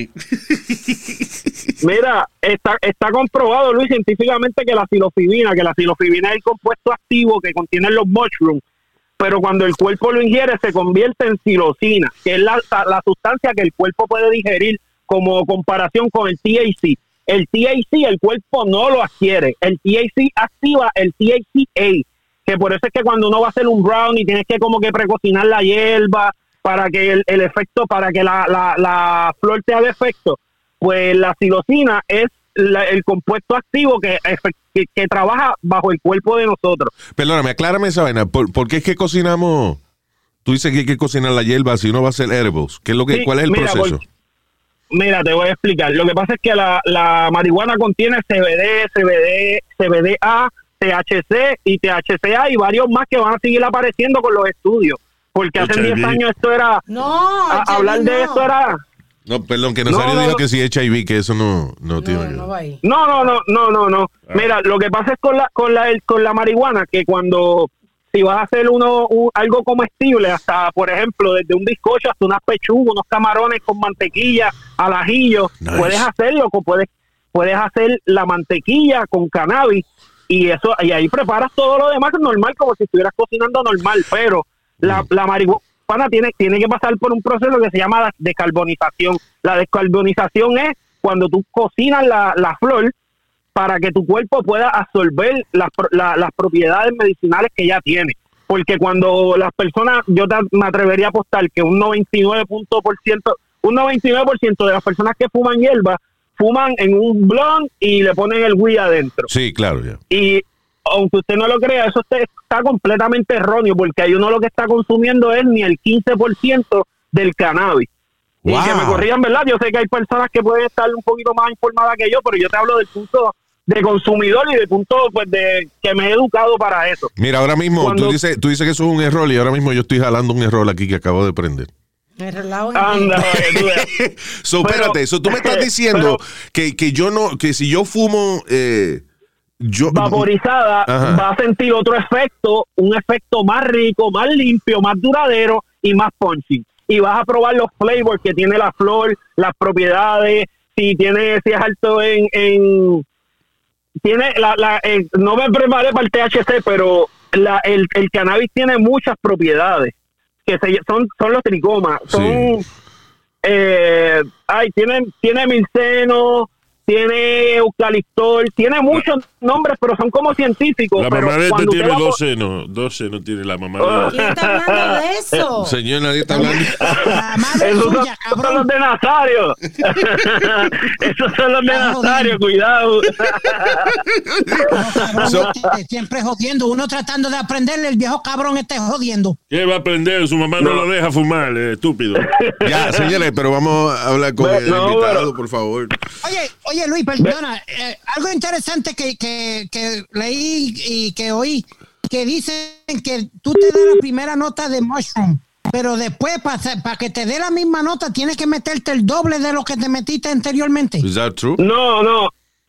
Mira, está comprobado, Luis, científicamente que la psilocibina es el compuesto activo que contienen los mushrooms, pero cuando el cuerpo lo ingiere se convierte en psilocina, que es la sustancia que el cuerpo puede digerir, como comparación con el THC. El THC el cuerpo no lo adquiere. El THC activa el THCA, que por eso es que cuando uno va a hacer un brownie tienes que como que precocinar la hierba para que el efecto, para que la flor te haga efecto. Pues la psilocina es el compuesto activo que trabaja bajo el cuerpo de nosotros.
Perdóname, aclárame esa vaina. ¿Por qué es que cocinamos? Tú dices que hay que cocinar la hierba si uno va a hacer edibles. ¿Cuál es el proceso?
Mira, te voy a explicar. Lo que pasa es que la marihuana contiene CBD, CBDA, THC y THCA y varios más que van a seguir apareciendo con los estudios. Porque hace 10 años esto era... hablar de esto era...
No, perdón, que Nazario dijo que si HIV, que eso no tiene que ver.
No. Mira, lo que pasa es con la marihuana, que cuando... Si vas a hacer algo comestible, hasta, por ejemplo, desde un bizcocho hasta unas pechugas, unos camarones con mantequilla, al ajillo, puedes hacerlo, puedes hacer la mantequilla con cannabis y ahí preparas todo lo demás normal, como si estuvieras cocinando normal, pero la marihuana tiene que pasar por un proceso que se llama descarbonización. La descarbonización es cuando tú cocinas la flor para que tu cuerpo pueda absorber las propiedades medicinales que ya tiene. Porque cuando las personas, me atrevería a apostar que un 99% de las personas que fuman hierba, fuman en un blunt y le ponen el weed adentro.
Sí, claro. Ya.
Y aunque usted no lo crea, eso está completamente erróneo, porque ahí uno lo que está consumiendo es ni el 15% del cannabis.
Wow.
Y que me corrían, ¿verdad? Yo sé que hay personas que pueden estar un poquito más informadas que yo, pero yo te hablo del punto de consumidor y del punto pues de que me he educado para eso.
Mira, ahora mismo tú dices que eso es un error y ahora mismo yo estoy jalando un error aquí que acabo de prender.
Anda,
espérate, tú me estás diciendo que yo no, que si yo fumo
vaporizada, va a sentir otro efecto, un efecto más rico, más limpio, más duradero y más punchy. Y vas a probar los flavors que tiene la flor, las propiedades, si es alto en no me preparé para el THC, pero el cannabis tiene muchas propiedades que son los tricomas, tiene milceno, tiene eucaliptol, tiene muchos nombres, pero son como científicos.
La mamá de este tiene dos senos tiene la mamá.
¿Quién está hablando de eso?
Señor, nadie está hablando.
Esos son los de Nazario. Esos son los de Nazario, cuidado.
Siempre jodiendo, uno tratando de aprenderle, el viejo cabrón está jodiendo.
¿Qué va a aprender? Su mamá no lo deja fumar, estúpido.
Ya, señores, pero vamos a hablar con el invitado, por favor.
Oye, Luis, perdona, algo interesante que leí y que oí, que dicen que tú te das la primera nota de mushroom, pero después para que te dé la misma nota tienes que meterte el doble de lo que te metiste anteriormente.
¿Es that true?
No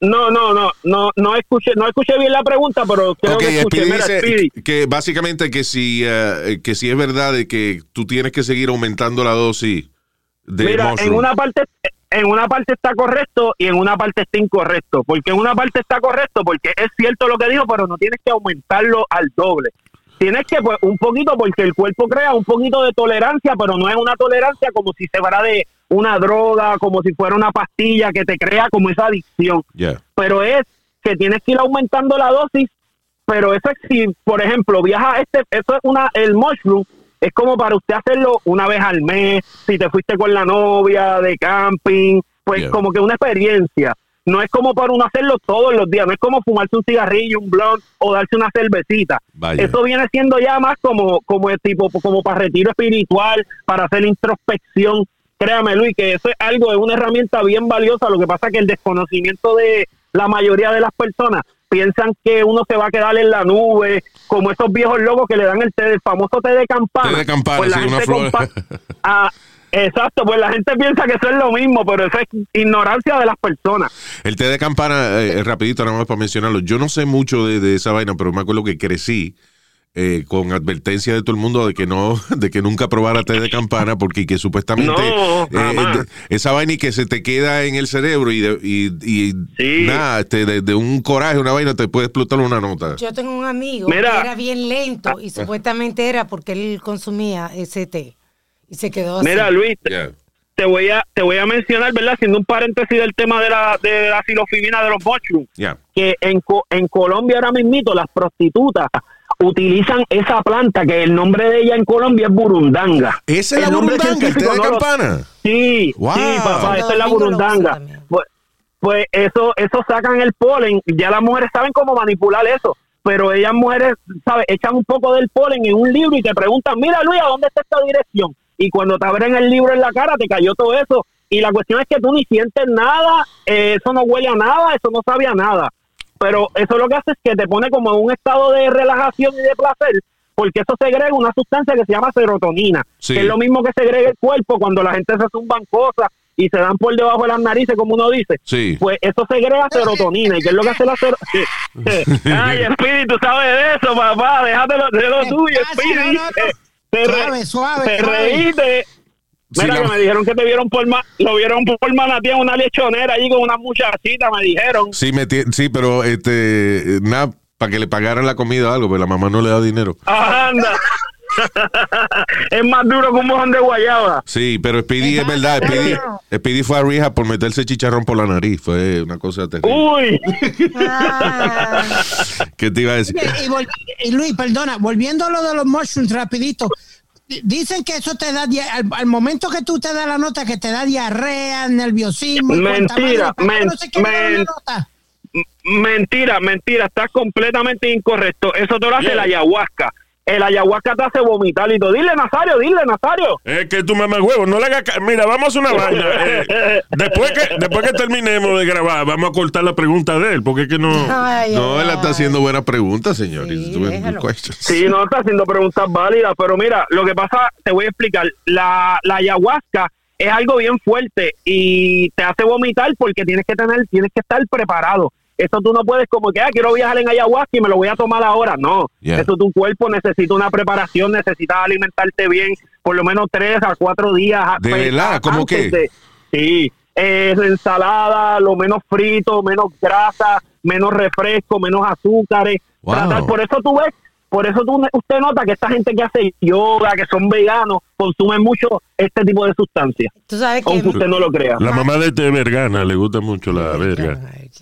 escuché bien la pregunta, pero creo que escuché.
Dice que básicamente que si es verdad de que tú tienes que seguir aumentando la dosis de mushroom. En una parte está correcto y en una parte está incorrecto. Porque en una parte está correcto porque es cierto lo que dijo, pero no tienes que aumentarlo al doble. Tienes que, pues, un poquito, porque el cuerpo crea un poquito de tolerancia, pero no es una tolerancia como si se fuera de una droga, como si fuera una pastilla que te crea como esa adicción. Yeah.
Pero es que tienes que ir aumentando la dosis, pero eso es si, por ejemplo, el mushroom es como para usted hacerlo una vez al mes, si te fuiste con la novia de camping, pues como que una experiencia. no es como para uno hacerlo todos los días, no es como fumarse un cigarrillo, un blunt o darse una cervecita.
Vaya.
Eso viene siendo ya más como el tipo, como para retiro espiritual, para hacer introspección. Créame, Luis, que eso es algo, es una herramienta bien valiosa. Lo que pasa es que el desconocimiento de la mayoría de las personas piensan que uno se va a quedar en la nube, como esos viejos locos que le dan el famoso té de campana.
Té de campana,
pues la
sí, una
gente
flor.
exacto, pues la gente piensa que eso es lo mismo, pero eso es ignorancia de las personas.
El té de campana, rapidito, nada más para mencionarlo. Yo no sé mucho de esa vaina, pero me acuerdo que crecí con advertencia de todo el mundo de que nunca probara té de campana, porque que supuestamente
No, jamás.
esa vaina y que se te queda en el cerebro y
Sí.
nada, de un coraje, una vaina, te puede explotar una nota.
Yo tengo un amigo
Mira.
que era bien lento y supuestamente era porque él consumía ese té y se quedó así.
Mira, Luis,
Yeah.
te voy a mencionar, ¿verdad? Haciendo un paréntesis del tema de la psilocibina de los mushrooms,
Yeah.
que en Colombia ahora mismito las prostitutas utilizan esa planta, que el nombre de ella en Colombia es burundanga.
¿Esa es la
El nombre
burundanga, el té
científico
de
no lo-
campana?
Sí,
Wow.
sí, papá,
Santo
esa es la
Domingo lo usa
burundanga.
también.
Pues eso sacan el polen, ya las mujeres saben cómo manipular eso, pero ellas mujeres, ¿sabes? Echan un poco del polen en un libro y te preguntan, mira Luis, ¿a dónde está esta dirección? Y cuando te abren el libro en la cara te cayó todo eso, y la cuestión es que tú ni sientes nada, eso no huele a nada, eso no sabe a nada, pero eso lo que hace es que te pone como en un estado de relajación y de placer, porque eso segrega una sustancia que se llama serotonina,
Sí.
que es lo mismo que segrega el cuerpo cuando la gente se zumban cosas y se dan por debajo de las narices, como uno dice.
Sí.
Pues eso segrega serotonina. ¿Y qué es lo que hace la serotonina? Ay, Speedy, tú sabes de eso, papá. Déjatelo de lo tuyo, Speedy.
Suave.
Te reíste. Mira,
Sí,
que me dijeron que te vieron lo vieron por Manatí en una lechonera allí con una muchachita, me dijeron.
Sí, sí, pero nada, para que le pagaran la comida o algo, pero la mamá no le da dinero.
Anda. Es más duro que un mojón de guayaba.
Sí, pero Speedy es verdad, Speedy fue a rehab por meterse chicharrón por la nariz, fue una cosa terrible.
Uy.
Ah,
¿Qué te iba a decir?
Y Luis, perdona, volviendo a lo de los mushrooms rapidito. Dicen que eso te da, al momento que tú te das la nota, que te da diarrea, nerviosismo.
Mentira,
no sé qué me da una nota.
Mentira, estás completamente incorrecto. Eso te lo hace la ayahuasca. El ayahuasca te hace vomitar y todo. Dile, Nazario.
Es que tu mamá huevo, no le haga mira, vamos a hacer una vaina. Después que terminemos de grabar, vamos a cortar la pregunta de él, porque es que no.
ay,
No, él
ay.
está haciendo buenas preguntas, señor.
Sí,
He's doing good
déjalo.
questions.
Sí, no está haciendo preguntas válidas, pero mira, lo que pasa, te voy a explicar. La ayahuasca es algo bien fuerte y te hace vomitar porque tienes que estar preparado. Eso tú no puedes como que, quiero viajar en ayahuasca y me lo voy a tomar ahora. No,
Yeah.
Eso tu cuerpo necesita una preparación, necesitas alimentarte bien, por lo menos 3 a 4 días.
¿De verdad? ¿Cómo
antes
qué?
Sí, ensalada, lo menos frito, menos grasa, menos refresco, menos azúcares.
Wow.
Por eso usted nota que esta gente que hace yoga, que son veganos, consumen mucho este tipo de sustancias,
Tú sabes que
aunque usted no lo crea.
La mamá de este vergana le gusta mucho la verga.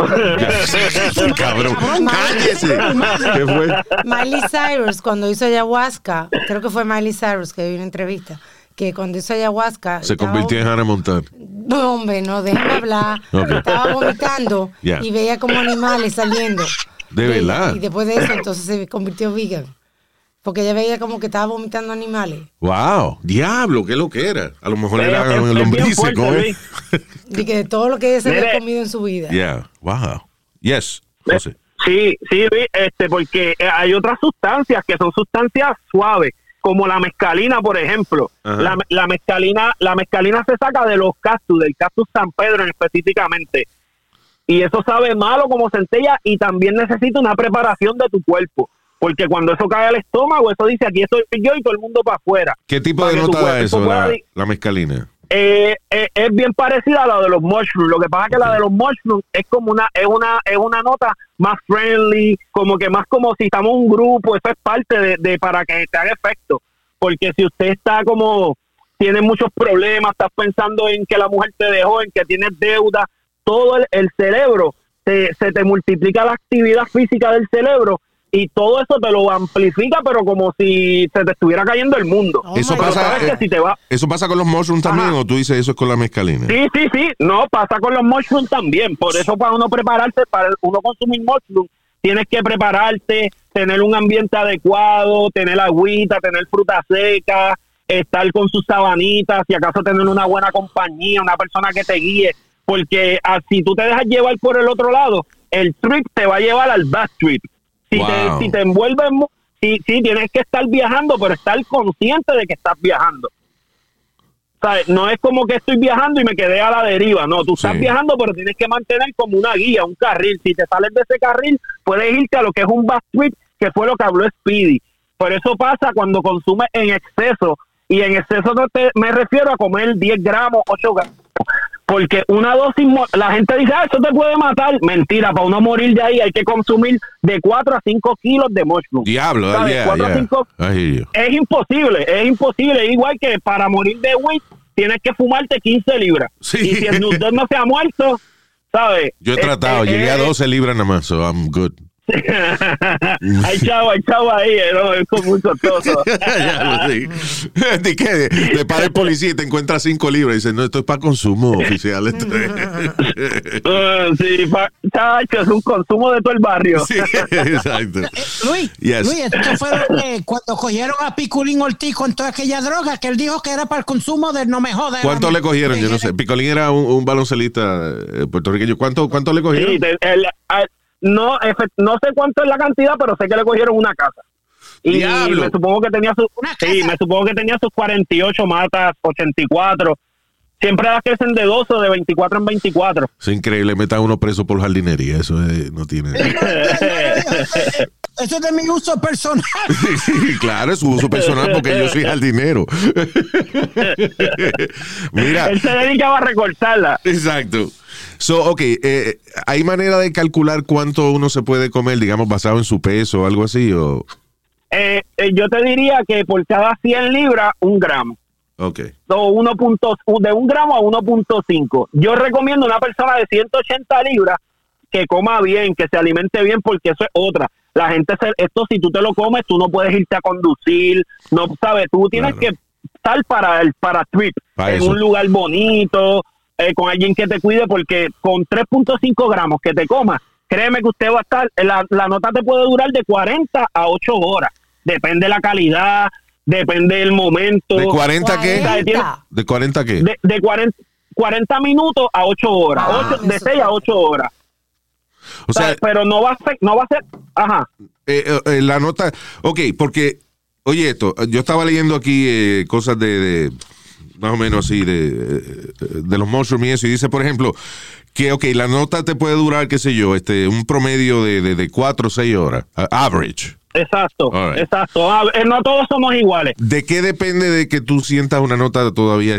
Cabrón, cállese. ¿Qué fue?
Miley Cyrus, cuando hizo ayahuasca, creo que fue Miley Cyrus que vi una entrevista, que cuando hizo ayahuasca
Se
estaba-
convirtió en Hannah Montana.
No, hombre, no, déjame hablar.
Ok.
Estaba vomitando
Ya.
y veía como animales saliendo.
¿De verdad?
Y después de eso, entonces se convirtió vegan. Porque ella veía como que estaba vomitando animales.
Wow, diablo, qué lo que era. A lo mejor
Pero
era
es bien
lombrices
fuerte,
con él.
Luis.
Y que de todo lo que ella se había
Mire.
comido en su vida.
Yeah, wow. Yes, José.
Sí, Luis, porque hay otras sustancias que son sustancias suaves, como la mescalina, por ejemplo.
Ajá.
La mescalina se saca de los cactus, del cactus San Pedro específicamente. Y eso sabe malo como centella y también necesita una preparación de tu cuerpo. Porque cuando eso cae al estómago, eso dice, aquí estoy yo y todo el mundo para afuera.
¿Qué tipo
Para
de
que tu
nota da
cuerpo
eso,
pueda
la mescalina?
es bien parecida a la de los mushrooms. Lo que pasa es que la de los mushrooms es como es una nota más friendly, como que más como si estamos en un grupo. Eso es parte de para que te haga efecto. Porque si usted está tiene muchos problemas, estás pensando en que la mujer te dejó, en que tienes deuda, todo el cerebro se te multiplica la actividad física del cerebro y todo eso te lo amplifica, pero como si se te estuviera cayendo el mundo.
Eso
my
pasa,
sabes que si te va...
eso pasa con los mushrooms también,
Ajá.
o tú dices eso es con la mescalina.
Sí, no, pasa con los mushrooms también, por eso para uno prepararse, para uno consumir mushrooms, tienes que prepararte, tener un ambiente adecuado, tener agüita, tener fruta seca, estar con sus sabanitas, si acaso tener una buena compañía, una persona que te guíe, porque si tú te dejas llevar por el otro lado, el trip te va a llevar al bad trip. Si te envuelves, sí, tienes que estar viajando, pero estar consciente de que estás viajando. ¿Sabes? No es como que estoy viajando y me quedé a la deriva, no, tú estás viajando, pero tienes que mantener como una guía, un carril. Si te sales de ese carril, puedes irte a lo que es un bad trip, que fue lo que habló Speedy. Por eso pasa cuando consumes en exceso, y en exceso me refiero a comer 10 gramos, 8 gramos, porque una dosis, la gente dice, eso te puede matar. Mentira, para uno morir de ahí hay que consumir de 4 a 5 kilos de mushroom.
Diablo,
¿sabes? 4 a 5 es imposible, igual que para morir de weed tienes que fumarte 15 libras.
Sí.
Y si el Snoop Dogg no se ha muerto, ¿sabes?
Yo he tratado, llegué a 12 libras nada más, so I'm good.
hay chavo ahí, ¿no? Es como muy costoso.
Ya lo sé. ¿De qué? De para el policía y te encuentras 5 libras y dice, no, esto es para consumo oficial.
Sí, chacho, es un consumo de todo el barrio.
Sí, exacto.
Luis, esto fue cuando cogieron a Piculín Ortiz con toda aquella droga que él dijo que era para el consumo de no me jodas.
¿Cuánto le cogieron? Yo no sé. Picolín era un baloncelista puertorriqueño. ¿Cuánto le cogieron?
Sí, no sé cuánto es la cantidad, pero sé que le cogieron una casa. Y
¡Diablo!
me supongo que tenía sus 48 matas, 84. Siempre las crecen de 12 o de 24 en 24.
Es increíble, metan uno preso por jardinería. Eso no tiene...
Eso es de mi uso personal.
Sí, claro, es su uso personal porque yo soy jardinero. Mira.
Él se dedicaba a recortarla.
Exacto. ¿Hay manera de calcular cuánto uno se puede comer, digamos, basado en su peso o algo así? ¿O?
Yo te diría que por cada 100 libras, 1 gramo.
Okay.
De 1 gramo a 1.5. Yo recomiendo a una persona de 180 libras que coma bien, que se alimente bien, porque eso es otra. La gente, esto si tú te lo comes, tú no puedes irte a conducir, no sabes, tú tienes que estar para trip, en un lugar bonito, con alguien que te cuide, porque con 3.5 gramos que te comas, créeme que usted va a estar, la nota te puede durar de 40 a 8 horas, depende de la calidad, depende del momento.
¿De 40 qué? ¿De 40 qué?
De 40 minutos a 8 horas, de 6 a 8 horas.
O sea,
pero no va a ser, ajá.
La nota, porque, oye, esto, yo estaba leyendo aquí cosas de más o menos así, de los mushrooms y eso, y dice, por ejemplo, que, la nota te puede durar, qué sé yo, un promedio de 4 o 6 horas, average.
Exacto,
right.
Exacto. No todos somos iguales.
¿De qué depende de que tú sientas una nota todavía,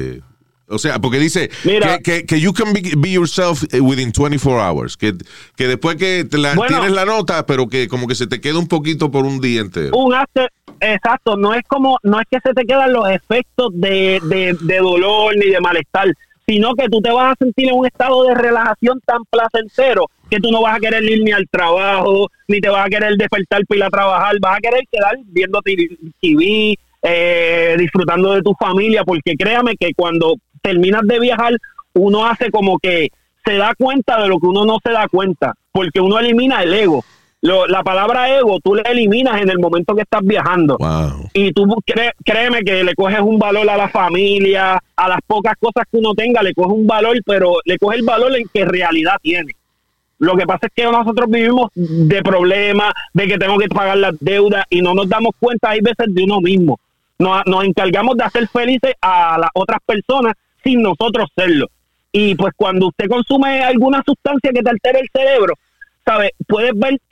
o sea, porque dice que you can be yourself within 24 hours. Que después que tienes la nota, pero que como que se te queda un poquito por un día entero.
Exacto. No es que se te quedan los efectos de dolor ni de malestar, sino que tú te vas a sentir en un estado de relajación tan placentero que tú no vas a querer ir ni al trabajo, ni te vas a querer despertar para ir a trabajar. Vas a querer quedar viendo TV, disfrutando de tu familia, porque créame que cuando terminas de viajar, uno hace como que se da cuenta de lo que uno no se da cuenta, porque uno elimina el ego. La palabra ego tú la eliminas en el momento que estás viajando.
Wow.
Y tú créeme que le coges un valor a la familia, a las pocas cosas que uno tenga, le coges un valor, pero le coges el valor en que realidad tiene. Lo que pasa es que nosotros vivimos de problemas, de que tengo que pagar las deudas y no nos damos cuenta, hay veces, de uno mismo. Nos encargamos de hacer felices a las otras personas sin nosotros serlo. Y pues cuando usted consume alguna sustancia que te altere el cerebro, ¿sabes? Puedes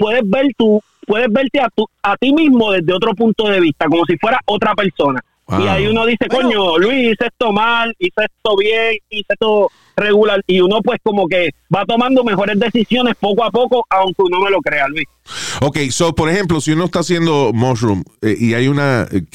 verte a ti mismo desde otro punto de vista, como si fuera otra persona. Wow. Y ahí uno dice, coño, Luis, hice esto mal, hice esto bien, hice esto regular. Y uno pues como que va tomando mejores decisiones poco a poco, aunque uno no lo crea, Luis.
Por ejemplo, si uno está haciendo mushroom y hay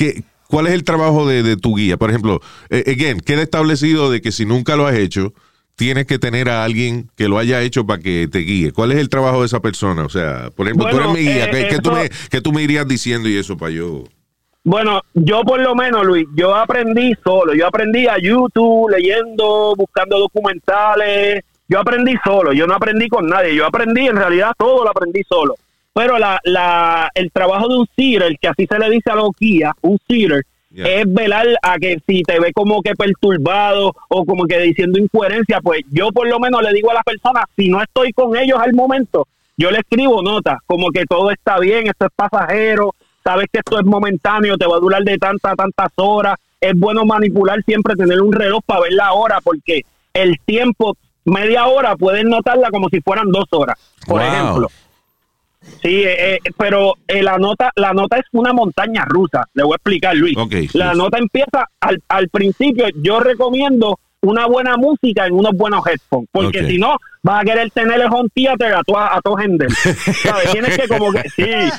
¿cuál es el trabajo de tu guía? Por ejemplo, queda establecido de que si nunca lo has hecho, tienes que tener a alguien que lo haya hecho para que te guíe? ¿Cuál es el trabajo de esa persona? O sea, por ejemplo, tú eres mi guía. ¿Qué tú me irías diciendo y eso para yo?
Bueno, yo por lo menos, Luis, yo aprendí solo. Yo aprendí a YouTube, leyendo, buscando documentales. Yo aprendí solo, yo no aprendí con nadie. Yo aprendí, en realidad, todo lo aprendí solo. Pero el trabajo de un seater, que así se le dice a los guías, un seater, es velar a que si te ve como que perturbado o como que diciendo incoherencia, pues yo por lo menos le digo a las personas, si no estoy con ellos al momento, yo le escribo notas, como que todo está bien, esto es pasajero, sabes que esto es momentáneo, te va a durar de tantas horas, es bueno manipular siempre, tener un reloj para ver la hora, porque el tiempo, media hora, pueden notarla como si fueran 2 horas, por ejemplo. Sí, pero la nota es una montaña rusa. Le voy a explicar, Luis. La nota empieza al principio. Yo recomiendo una buena música en unos buenos headphones, porque si no vas a querer tener el home theater a tu gente. ¿Sabes? Tienes que como que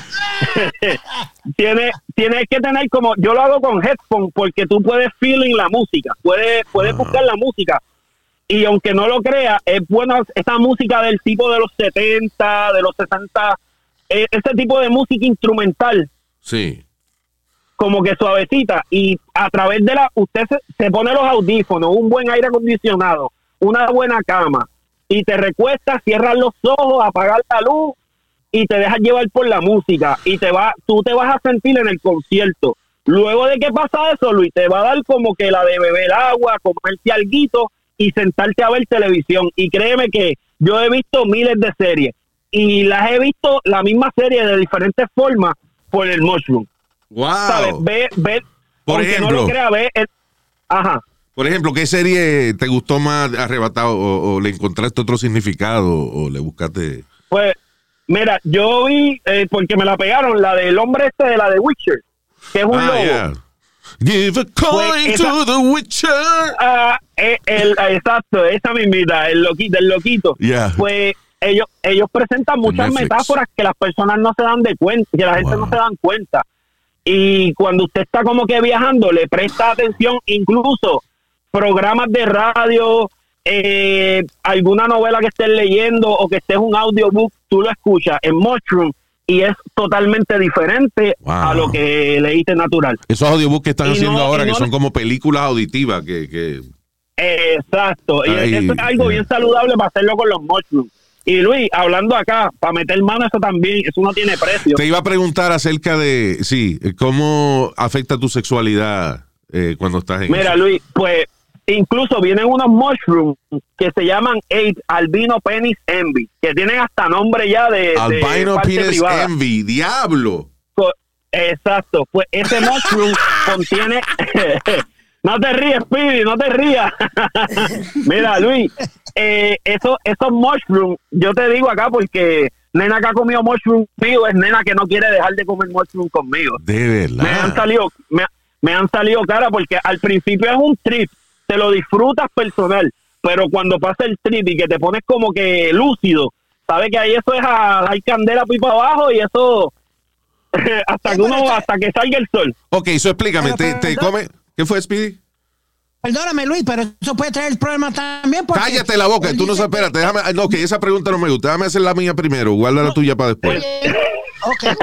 tienes que tener como, yo lo hago con headphones, porque tú puedes feeling la música, puedes buscar la música. Y aunque no lo creas, es buena esa música del tipo de los 70, de los 60, ese tipo de música instrumental.
Sí.
Como que suavecita. Y a través de usted se pone los audífonos, un buen aire acondicionado, una buena cama, y te recuestas, cierras los ojos, apagas la luz, y te dejas llevar por la música. Y tú te vas a sentir en el concierto. Luego de que pasa eso, Luis, te va a dar como que la de beber agua, comerte alguito, y sentarte a ver televisión. Y créeme que yo he visto miles de series y las he visto la misma serie de diferentes formas por el Mushroom.
Wow.
¿Sabes? Ve,
por ejemplo,
no lo crea, ajá.
Por ejemplo, ¿qué serie te gustó más arrebatado o le encontraste otro significado o le buscaste?
Pues mira, yo vi porque me la pegaron, la del hombre de la de Witcher, que es un lobo.
Yeah. Give a coin to the Witcher.
Exacto, esa mismita, el loquito.
Yeah.
Pues ellos presentan muchas metáforas que las personas no se dan de cuenta, que la gente no se dan cuenta. Y cuando usted está como que viajando, le presta atención, incluso programas de radio, alguna novela que estés leyendo o que estés un audiobook, tú lo escuchas en Mushroom y es totalmente diferente a lo que leíste natural.
Esos audiobooks que están haciendo ahora, que son como películas auditivas que...
Exacto, y eso es algo bien saludable para hacerlo con los Mushrooms. Y Luis, hablando acá, para meter mano eso también, eso no tiene precio.
Te iba a preguntar acerca de, cómo afecta tu sexualidad cuando estás en
Mira,
eso.
Luis, pues incluso vienen unos mushrooms que se llaman Albino Penis Envy, que tienen hasta nombre ya de
Albino
parte
Penis
privada.
Envy, diablo.
Exacto, pues ese mushroom contiene... No te ríes, Speedy, no te rías. Mira, Luis, esos mushrooms, yo te digo acá porque nena que ha comido mushroom conmigo es nena que no quiere dejar de comer mushroom conmigo.
De verdad.
Me han salido cara porque al principio es un trip, te lo disfrutas personal, pero cuando pasa el trip y que te pones como que lúcido, sabes que ahí eso es hay candela pipa abajo y eso hasta que salga el sol.
Ok, eso explícame, te come... ¿Qué fue, Speedy?
Perdóname, Luis, pero eso puede traer el problema también.
Cállate la boca, tú no sabes, espérate, déjame, no, que esa pregunta no me gusta, déjame hacer la mía primero, guarda la tuya para después.
Okay.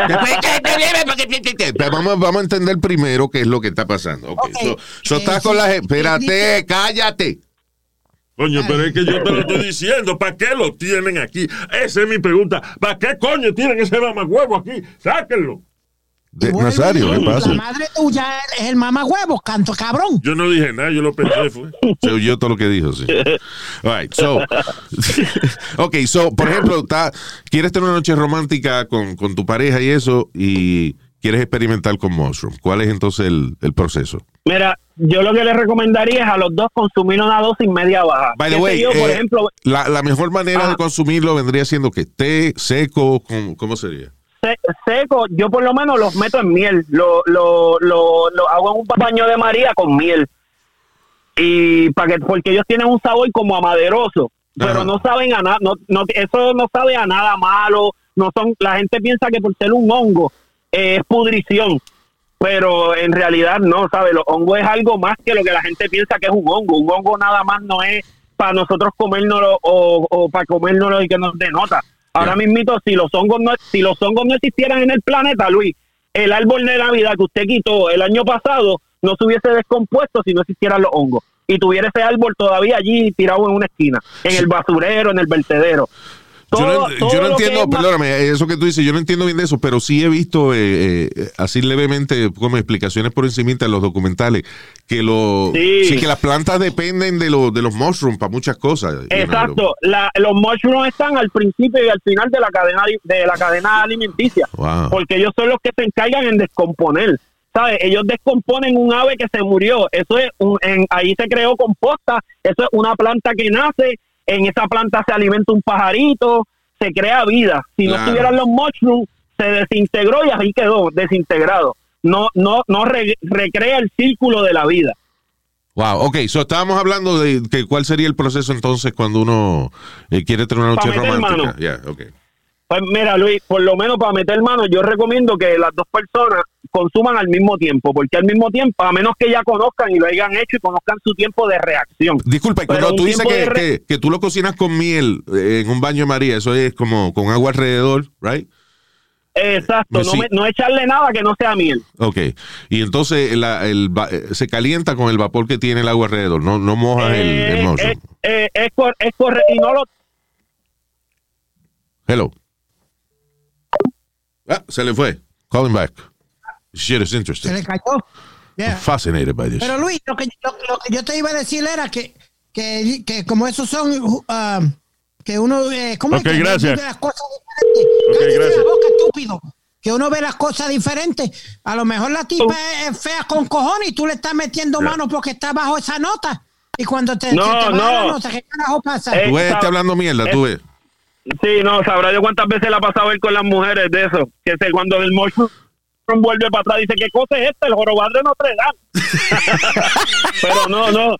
Vamos a entender primero qué es lo que está pasando. Okay. So estás con la gente, espérate, cállate.
Coño, pero es que yo te lo estoy diciendo, ¿para qué lo tienen aquí? Esa es mi pregunta, ¿para qué coño tienen ese mamahuevo aquí? Sáquenlo.
Nazario, ¿qué pasa?
La madre tuya es el mamahuevo, canto cabrón.
Yo no dije nada, yo lo pensé, fue.
Se oyó todo lo que dijo, sí. All right, so, por ejemplo, quieres tener una noche romántica con tu pareja y eso, y quieres experimentar con Mushroom. ¿Cuál es entonces el proceso?
Mira, yo lo que les recomendaría es a los dos consumir una dosis media baja.
By the way,
por ejemplo,
la mejor manera de consumirlo vendría siendo que té seco, ¿cómo sería?
Seco, yo por lo menos los meto en miel, lo hago en un baño de María con miel y porque ellos tienen un sabor como amaderoso, pero no saben a nada, eso no sabe a nada malo, la gente piensa que por ser un hongo es pudrición, pero en realidad no, ¿sabes? Los hongos es algo más que lo que la gente piensa que es un hongo nada más no es para nosotros comérnoslo o para comérnoslo y que nos denota. Ahora mismito, si los hongos no existieran en el planeta, Luis, el árbol de Navidad que usted quitó el año pasado no se hubiese descompuesto si no existieran los hongos. Y tuviera ese árbol todavía allí tirado en una esquina, en el basurero, en el vertedero.
Yo no entiendo, perdóname, eso que tú dices, yo no entiendo bien de eso, pero sí he visto así levemente como explicaciones por encima en los documentales que que las plantas dependen de los mushrooms para muchas cosas.
Exacto, los mushrooms están al principio y al final de la cadena alimenticia,
wow.
Porque ellos son los que se encargan en descomponer. ¿Sabes? Ellos descomponen un ave que se murió. Eso es ahí se creó composta. Eso es una planta que nace. En esa planta se alimenta un pajarito, se crea vida. Si no estuvieran los mushrooms, se desintegró y ahí quedó desintegrado. No recrea el círculo de la vida.
Wow, ok, estábamos hablando de que cuál sería el proceso entonces cuando uno quiere tener una noche romántica. Yeah, okay.
Pues mira, Luis, por lo menos para meter mano, yo recomiendo que las dos personas consuman al mismo tiempo, porque al mismo tiempo, a menos que ya conozcan y lo hayan hecho y conozcan su tiempo de reacción.
Disculpa, cuando tú dices que tú lo cocinas con miel en un baño de María, eso es como con agua alrededor, ¿right?
Exacto, no echarle nada que no sea miel.
Ok, y entonces se calienta con el vapor que tiene el agua alrededor, no mojas el mushroom.
Es correcto, y no lo...
Hello. Se le fue. Call him back. Shit is interesting.
Se le cayó. Yeah.
I'm fascinated by this.
Pero Luis, lo que yo te iba a decir era que como esos son que uno ¿cómo
okay, es que
gracias.
Ve
las cosas diferentes?
Okay, gracias.
La boca, estúpido. Que uno ve las cosas diferentes. A lo mejor la tipa es fea con cojones y tú le estás metiendo mano porque está bajo esa nota. Y cuando te baja la nota, ¿qué carajo pasa?
Tú ves hablando mierda, tú ves.
Sí, no, sabrá yo cuántas veces le ha pasado a él con las mujeres de eso. Que cuando el mushroom vuelve para atrás dice, ¿qué cosa es esta? El jorobado de Notre Dame. Pero no.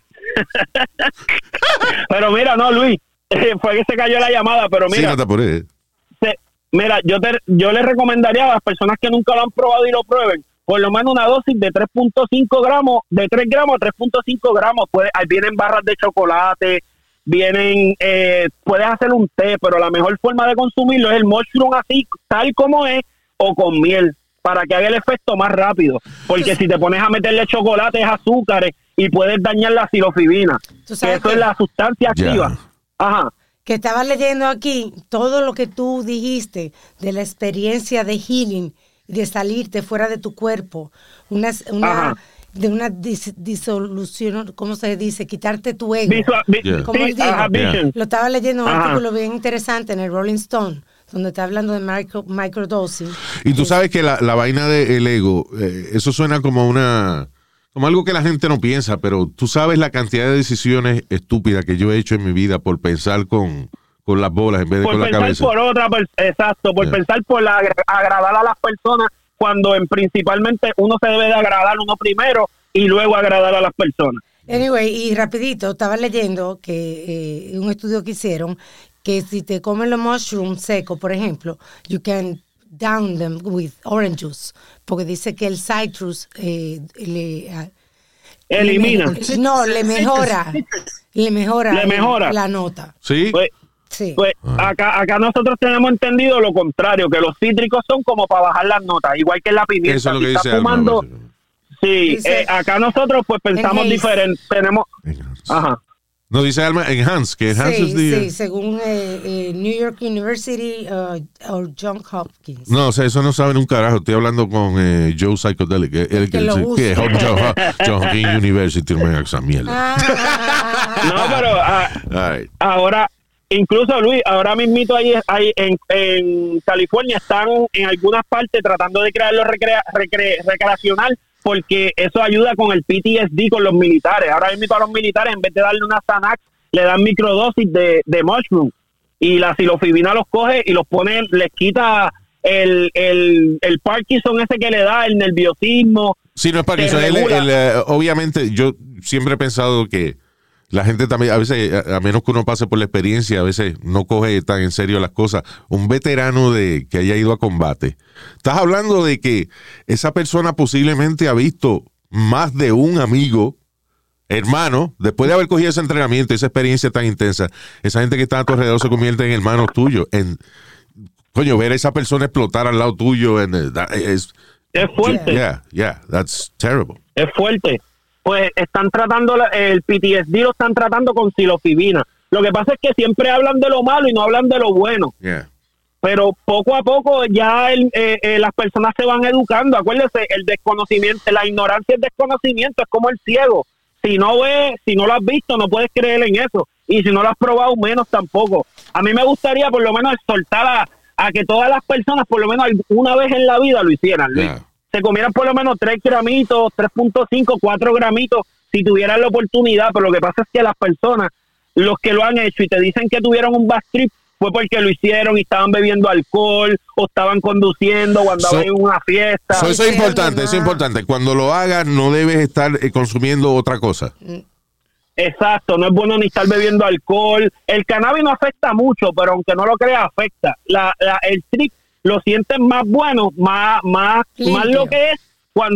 Pero mira, no, Luis, fue que se cayó la llamada, pero mira.
Sí, no te apures.
Mira, yo le recomendaría a las personas que nunca lo han probado y lo prueben, por lo menos una dosis de 3.5 gramos, de 3 gramos a 3.5 gramos. Ahí vienen barras de chocolate, puedes hacer un té, pero la mejor forma de consumirlo es el mushroom así, tal como es, o con miel, para que haga el efecto más rápido. Porque si te pones a meterle chocolates, azúcares, y puedes dañar la psilocibina, que eso es la sustancia activa. Ajá.
Que estaba leyendo aquí todo lo que tú dijiste de la experiencia de healing, de salirte fuera de tu cuerpo, de una disolución, ¿cómo se dice? Quitarte tu ego. Como él dijo. Lo estaba leyendo en un artículo bien interesante en el Rolling Stone, donde está hablando de microdosing.
Y tú sabes que la vaina del ego, eso suena como algo que la gente no piensa, pero tú sabes la cantidad de decisiones estúpidas que yo he hecho en mi vida por pensar con las bolas en vez de con la cabeza.
Por pensar por agradar a las personas, cuando principalmente uno se debe de agradar uno primero y luego agradar a las personas.
Anyway, y rapidito, estaba leyendo que un estudio que hicieron, que si te comen los mushrooms secos, por ejemplo, you can down them with orange juice, porque dice que el citrus
elimina.
Le mejora la nota.
Sí.
Sí.
Pues acá nosotros tenemos entendido lo contrario, que los cítricos son como para bajar las notas, igual que la pimienta.
Eso es lo que
si
dice
fumando,
Alma,
sí, acá nosotros pues pensamos diferente. Tenemos. Ajá.
No, dice Alma, enhance, que enhance es
sí, según New York University o John Hopkins.
No, o sea, eso no saben un carajo. Estoy hablando con Joe Psychedelic, que John Hopkins University, esa mierda.
No, pero ahora, incluso Luis, ahora mismito ahí en California están en algunas partes tratando de crearlo recreacional, porque eso ayuda con el PTSD con los militares. Ahora mismo a los militares, en vez de darle una Xanax, le dan microdosis de mushroom, y la psilocibina los coge y los pone, les quita el Parkinson ese que le da, el nerviosismo.
Sí, no es Parkinson. Obviamente, yo siempre he pensado que la gente también, a veces, a menos que uno pase por la experiencia, a veces no coge tan en serio las cosas. Un veterano que haya ido a combate, estás hablando de que esa persona posiblemente ha visto más de un amigo hermano, después de haber cogido ese entrenamiento, esa experiencia tan intensa, esa gente que está a tu alrededor se convierte en hermanos tuyos. Coño, ver a esa persona explotar al lado tuyo
es fuerte.
Yeah, that's terrible.
Es fuerte. Pues están tratando, el PTSD lo están tratando con psilocibina. Lo que pasa es que siempre hablan de lo malo y no hablan de lo bueno.
Yeah.
Pero poco a poco ya las personas se van educando. Acuérdese, el desconocimiento, la ignorancia es desconocimiento, es como el ciego. Si no ves, si no lo has visto, no puedes creer en eso. Y si no lo has probado, menos tampoco. A mí me gustaría por lo menos exhortar a que todas las personas, por lo menos una vez en la vida, lo hicieran, Luis.
Yeah.
Se comieran por lo menos 3 gramitos, 3.5, 4 gramitos, si tuvieran la oportunidad. Pero lo que pasa es que las personas, los que lo han hecho y te dicen que tuvieron un bad trip, fue porque lo hicieron y estaban bebiendo alcohol o estaban conduciendo o andaban en una fiesta.
Eso es importante, eso es importante. Cuando lo hagas no debes estar consumiendo otra cosa.
Exacto, no es bueno ni estar bebiendo alcohol. El cannabis no afecta mucho, pero aunque no lo creas, afecta. El trip lo sientes más bueno, más lo que es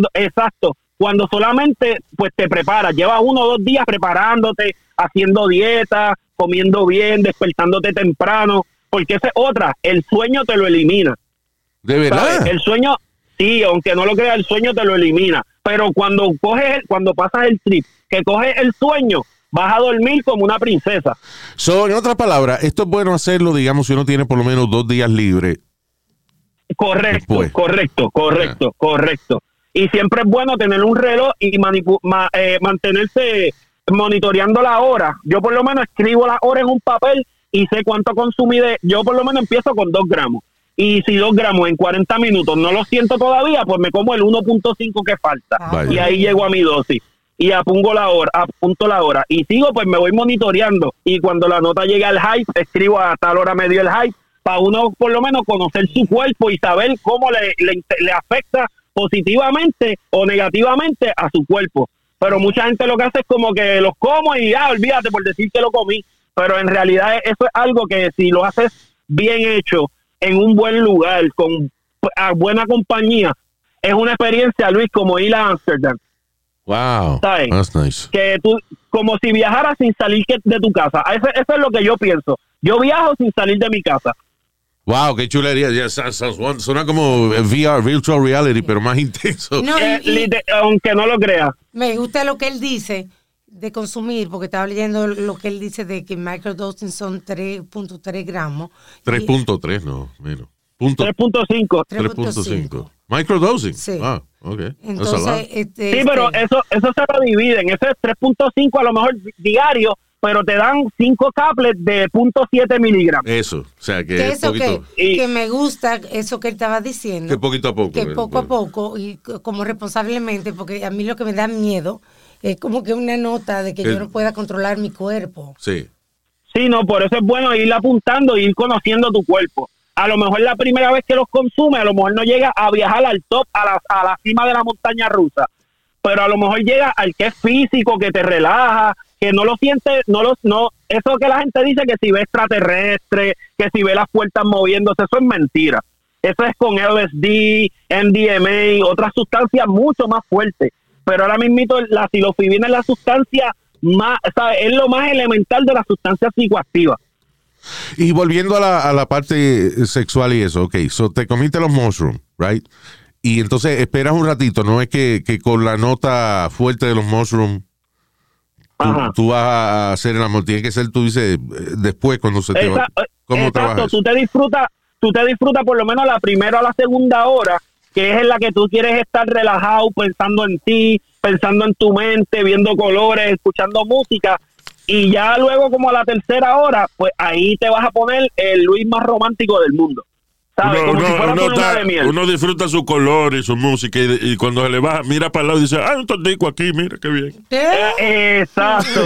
cuando solamente pues te preparas. Llevas 1 o 2 días preparándote, haciendo dieta, comiendo bien, despertándote temprano, porque esa es otra, el sueño te lo elimina.
¿De verdad?
¿Sabes? El sueño, sí, aunque no lo creas, el sueño te lo elimina, pero cuando pasas el trip, que coges el sueño, vas a dormir como una princesa.
En otras palabras, esto es bueno hacerlo, digamos, si uno tiene por lo menos 2 días libres.
Correcto.
Yeah.
Correcto. Y siempre es bueno tener un reloj y mantenerse monitoreando la hora. Yo por lo menos escribo la hora en un papel y sé cuánto consumí yo por lo menos empiezo con 2 gramos. Y si 2 gramos en 40 minutos no lo siento todavía, pues me como el 1.5 que falta. Y ahí llego a mi dosis. Y apunto la hora. Y sigo, pues me voy monitoreando. Y cuando la nota llega al hype, escribo a tal hora me dio el hype, para uno por lo menos conocer su cuerpo y saber cómo le afecta positivamente o negativamente a su cuerpo. Pero mucha gente lo que hace es como que los como y olvídate por decir que lo comí. Pero en realidad eso es algo que si lo haces bien hecho, en un buen lugar, a buena compañía, es una experiencia, Luis, como ir a Amsterdam.
Wow,
¿sabes?
That's nice.
Que tú, como si viajaras sin salir de tu casa. Eso es lo que yo pienso. Yo viajo sin salir de mi casa.
Wow, qué chulería. Suena como VR, virtual reality, pero más intenso.
No,
aunque no lo creas.
Me gusta lo que él dice de consumir, porque estaba leyendo lo que él dice de que microdosing son 3.3 gramos.
3.3, no, menos.
3.5.
3.5.
Microdosing.
Sí.
Ah, ok.
Entonces,
sí, pero eso se lo dividen. Ese es 3.5 a lo mejor diario, pero te dan 5 tablets de 0.7 miligramos.
Eso, o sea que es
eso
poquito.
que me gusta, eso que él estaba diciendo.
Que poquito a poco.
Que poco a poco y como responsablemente, porque a mí lo que me da miedo es como que una nota de que yo no pueda controlar mi cuerpo.
Sí.
Sí, no, por eso es bueno ir apuntando y ir conociendo tu cuerpo. A lo mejor la primera vez que los consume, a lo mejor no llega a viajar al top, a la cima de la montaña rusa, pero a lo mejor llega al que es físico, que te relaja, que no lo sientes, eso que la gente dice que si ve extraterrestre, que si ve las puertas moviéndose, eso es mentira. Eso es con LSD, MDMA, otras sustancias mucho más fuertes. Pero ahora mismo la psilocibina es la sustancia más, ¿sabes? Es lo más elemental de las sustancias psicoactivas.
Y volviendo a la parte sexual y eso, ok, so te comiste los mushrooms, right? Y entonces esperas un ratito, no es que con la nota fuerte de los mushrooms tú vas a hacer el amor, tiene que ser, tú dices, después cuando se te va. ¿Cómo trabajas?
Tú te disfrutas por lo menos la primera o la segunda hora, que es en la que tú quieres estar relajado, pensando en ti, pensando en tu mente, viendo colores, escuchando música. Y ya luego, como a la tercera hora, pues ahí te vas a poner el Luis más romántico del mundo. ¿Sabes? Como si fuera tu luna de miel.
Uno disfruta su color y su música y cuando se le baja, mira para el lado y dice, un tontico aquí, mira qué bien.
Exacto.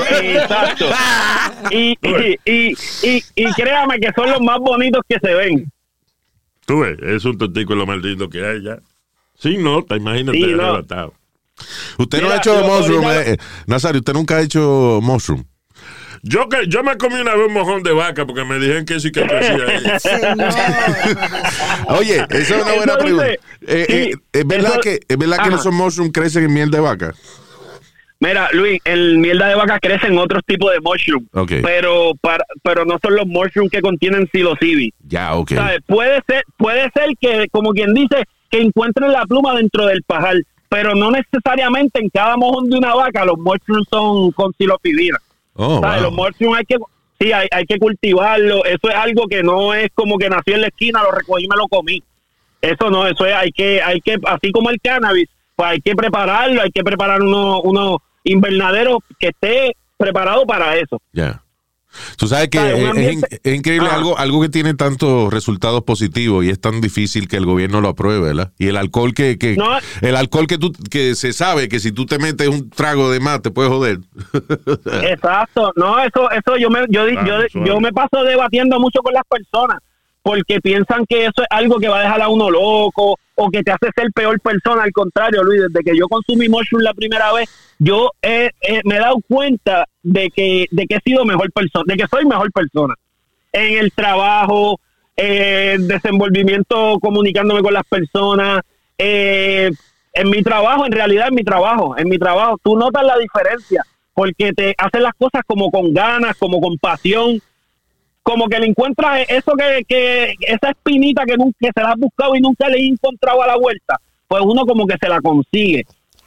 Y créame que son los más bonitos que se ven.
Tú ves, es un tontico lo más lindo que hay ya. Sin nota, imagínate,
sí,
arrebatado.
Usted no ha hecho mushroom, Nazario, usted nunca ha hecho mushroom.
Yo me comí una vez un mojón de vaca porque me dijeron que sí que crecía ahí.
Oye, esa es una buena pregunta. ¿Es verdad que esos mushrooms crecen en miel de vaca?
Mira, Luis, en mierda de vaca crecen otros tipos de mushroom,
Okay.
pero no son los mushroom que contienen psilocibe.
Ya, ok.
¿Sabes? Puede ser que, como quien dice, que encuentren la pluma dentro del pajar, pero no necesariamente en cada mojón de una vaca los mushrooms son con psilocibina.
Oh,
¿Sabes?
wow.
Los mushrooms hay que cultivarlo. Eso es algo que no es como que nació en la esquina, lo recogí y me lo comí. Eso no, eso es, hay que, así como el cannabis, pues hay que prepararlo, hay que preparar unos invernaderos que esté preparado para eso.
Ya. Tú sabes que
¿Sabes? Un ambiente-
es increíble
Ah.
algo que tiene tantos resultados positivos y es tan difícil que el gobierno lo apruebe, ¿verdad? Y el alcohol
No.
el alcohol que se sabe que si tú te metes un trago de más te puedes joder.
Exacto, no, eso yo me paso debatiendo mucho con las personas porque piensan que eso es algo que va a dejar a uno loco o que te hace ser peor persona. Al contrario, Luis, desde que yo consumí mushroom la primera vez, yo me he dado cuenta de que he sido mejor persona, de que soy mejor persona en el trabajo, desenvolvimiento, comunicándome con las personas, en mi trabajo, tú notas la diferencia porque te hacen las cosas como con ganas, como con pasión, como que le encuentras eso que esa espinita que se la has buscado y nunca le he encontrado a la vuelta, pues uno como que se la consigue.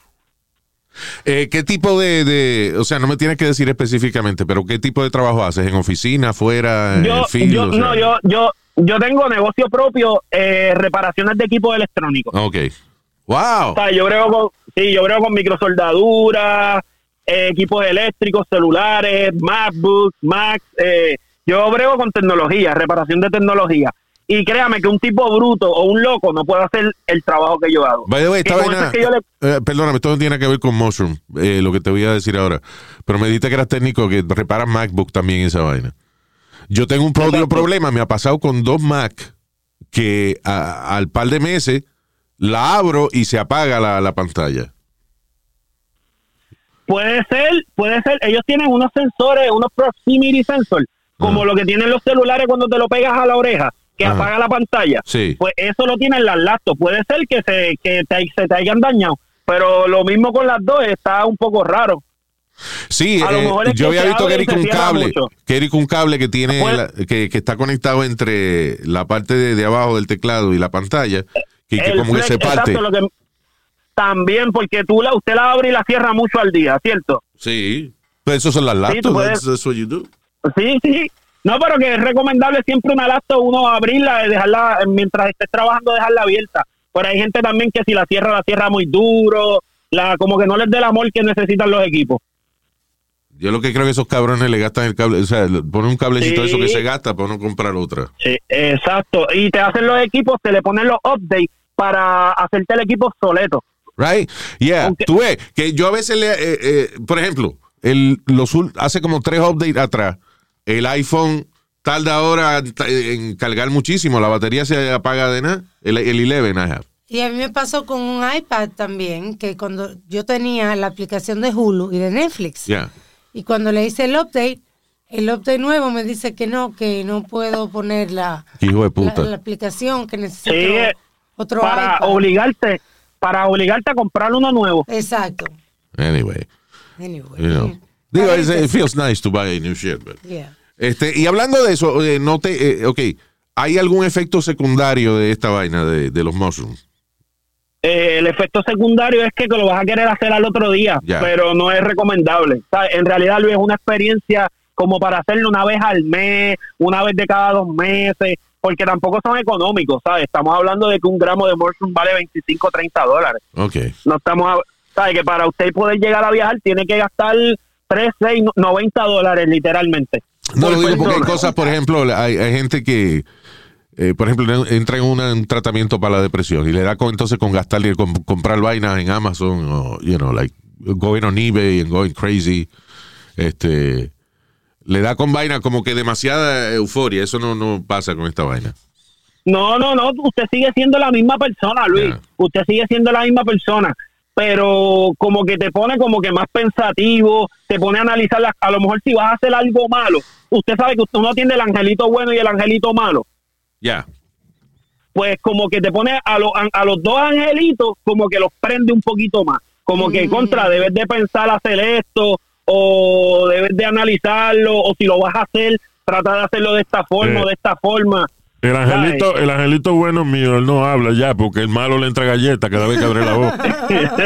¿Qué tipo o sea, no me tienes que decir específicamente, pero qué tipo de trabajo haces? ¿En oficina, afuera, en el field?
Yo tengo negocio propio, reparaciones de equipos electrónicos.
Ok. Wow.
O sea, yo brego con microsoldaduras, equipos eléctricos, celulares, MacBooks, Macs, yo brego con tecnología, reparación de tecnología. Y créame que un tipo bruto o un loco no puede hacer el trabajo que yo hago.
By the way, esta
Que con
vaina,
eso es que yo
perdóname, esto no tiene que ver con Mushroom, lo que te voy a decir ahora. Pero me dijiste que eras técnico que reparas MacBook también esa vaina. Yo tengo un problema, me ha pasado con 2 Mac que al par de meses la abro y se apaga la pantalla.
Puede ser, ellos tienen unos sensores, unos proximity sensors, como lo que tienen los celulares cuando te lo pegas a la oreja, que
Ajá.
apaga la pantalla.
Sí.
Pues eso lo tienen las laptops. Puede ser que se te hayan dañado, pero lo mismo con las dos está un poco raro.
Sí,
A lo mejor es
yo
que
había
se
visto que
abre y
era
se
un
cierra
cable,
mucho.
que tiene
Pues-
que está conectado entre la parte de abajo del teclado y la pantalla, que
El
como que
flex,
se parte.
exacto, también porque usted la abre y la cierra mucho al día, ¿cierto?
Sí. Pues eso son las
tú
laptops,
puedes-
that's what you do.
Sí. No, pero que es recomendable siempre una laptop, uno abrirla, dejarla, mientras estés trabajando, dejarla abierta. Pero hay gente también que si la cierra muy duro, como que no les dé el amor que necesitan los equipos.
Yo lo que creo que esos cabrones le gastan el cable, o sea, ponen un cablecito de
Sí.
eso que se gasta para no comprar otra.
Sí, exacto. Y te hacen los equipos, te le ponen los updates para hacerte el equipo obsoleto.
Right? Yeah.
Aunque-
Tú ves que yo a veces por ejemplo, hace como 3 updates atrás, el iPhone tarda ahora en cargar muchísimo, la batería se apaga de nada, el 11 I have.
Y a mí me pasó con un iPad también, que cuando yo tenía la aplicación de Hulu y de Netflix,
Yeah.
y cuando le hice el update nuevo me dice que no puedo poner la
Hijo de puta.
aplicación, que necesito
Sí,
otro
para
iPad.
obligarte a comprar uno nuevo.
Exacto.
Anyway,
Anyway.
you know. Digo, it feels nice to buy a new shit, but.
Yeah.
Y hablando de eso, ¿hay algún efecto secundario de esta vaina de los mushrooms?
El efecto secundario es que lo vas a querer hacer al otro día,
Ya.
pero no es recomendable. ¿Sabes? En realidad, Luis, es una experiencia como para hacerlo una vez al mes, una vez de cada 2 meses, porque tampoco son económicos, ¿sabes? Estamos hablando de que un gramo de mushroom vale $25 o $30.
Ok.
No ¿sabes? Que para usted poder llegar a viajar tiene que gastar $3, $6, $90 literalmente.
No lo
Por
digo porque hay
persona.
cosas, por ejemplo, hay gente que, por ejemplo, entra en un tratamiento para la depresión y le da entonces con gastar y comprar vainas en Amazon o, like going on eBay and going crazy. Le da con vaina como que demasiada euforia. Eso no pasa con esta vaina.
No, usted sigue siendo la misma persona, Luis.
Yeah.
Usted sigue siendo la misma persona, pero como que te pone como que más pensativo, te pone a analizar, a lo mejor si vas a hacer algo malo, usted sabe que uno tiene el angelito bueno y el angelito malo,
Ya.
pues como que te pone a los 2 angelitos, como que los prende un poquito más, como que contra, debes de pensar hacer esto, o debes de analizarlo, o si lo vas a hacer, trata de hacerlo de esta forma o de esta forma.
El angelito bueno mío, él no habla ya, porque el malo le entra galleta cada vez que abre la boca.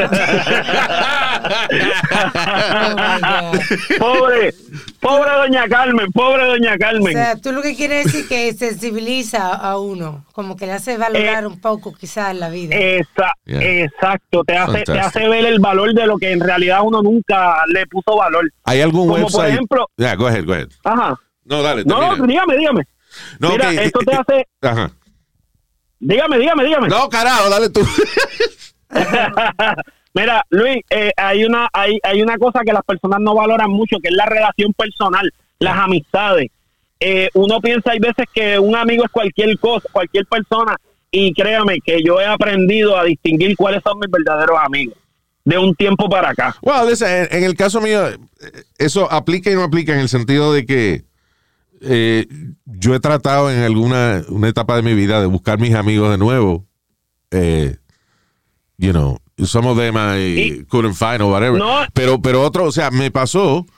Pobre doña Carmen.
O sea, tú lo que quieres decir que sensibiliza a uno, como que le hace valorar un poco quizás la vida.
Exacto, te hace ver el valor de lo que en realidad uno nunca le puso valor.
¿Hay algún
como
website?
Por ejemplo,
Go ahead.
Ajá.
No, dale.
No, dígame.
No,
mira,
okay.
esto te hace...
Ajá.
Dígame.
No, carajo, dale tú.
Mira, Luis, hay una cosa que las personas no valoran mucho, que es la relación personal, las amistades. Uno piensa hay veces que un amigo es cualquier cosa, cualquier persona, y créame que yo he aprendido a distinguir cuáles son mis verdaderos amigos de un tiempo para acá.
Well, listen, en el caso mío, eso aplica y no aplica en el sentido de que yo he tratado en una etapa de mi vida de buscar mis amigos de nuevo. Some of them I couldn't find or whatever. No. Pero otro, o sea, me pasó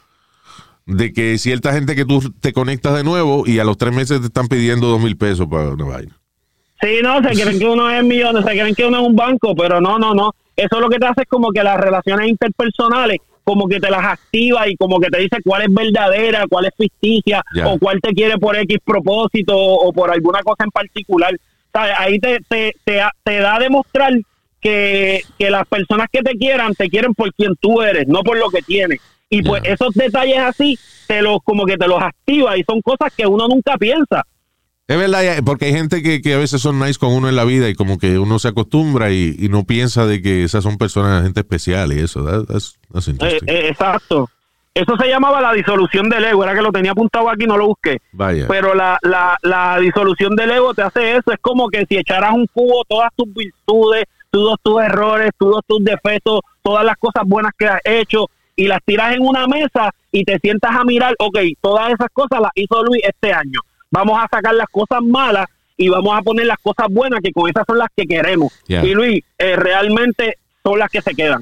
de que cierta gente que tú te conectas de nuevo y a los 3 meses te están pidiendo $2,000 para una vaina.
Sí, no, se creen que uno es millones, se creen que uno es un banco, pero no. Eso lo que te hace es como que las relaciones interpersonales, como que te las activa y como que te dice cuál es verdadera, cuál es ficticia, o cuál te quiere por X propósito o por alguna cosa en particular. ¿Sabes? Ahí te da a demostrar que las personas que te quieren por quien tú eres, no por lo que tienes. Y pues esos detalles así, como que te los activa y son cosas que uno nunca piensa.
Es verdad, porque hay gente que a veces son nice con uno en la vida y como que uno se acostumbra y no piensa de que esas son personas, gente especial y eso. That's
exacto. Eso se llamaba la disolución del ego. Era que lo tenía apuntado aquí, no lo busqué.
Vaya.
Pero la disolución del ego te hace eso. Es como que si echaras un cubo todas tus virtudes, todos tus errores, todos tus defectos, todas las cosas buenas que has hecho y las tiras en una mesa y te sientas a mirar, todas esas cosas las hizo Luis este año. Vamos a sacar las cosas malas y vamos a poner las cosas buenas, que con esas son las que queremos. Yeah. Y Luis, realmente son las que se quedan.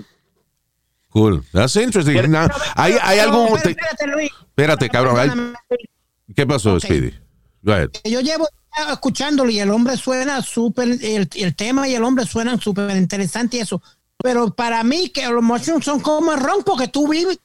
Cool. That's interesting. Now, ¿hay algún...
Espérate, Luis.
Espérate, cabrón. ¿Qué pasó, Speedy? Go ahead.
Yo llevo escuchándolo y el hombre suena súper... El tema y el hombre suenan súper interesante y eso. Pero para mí que los mushrooms son como el ron, porque tú bebes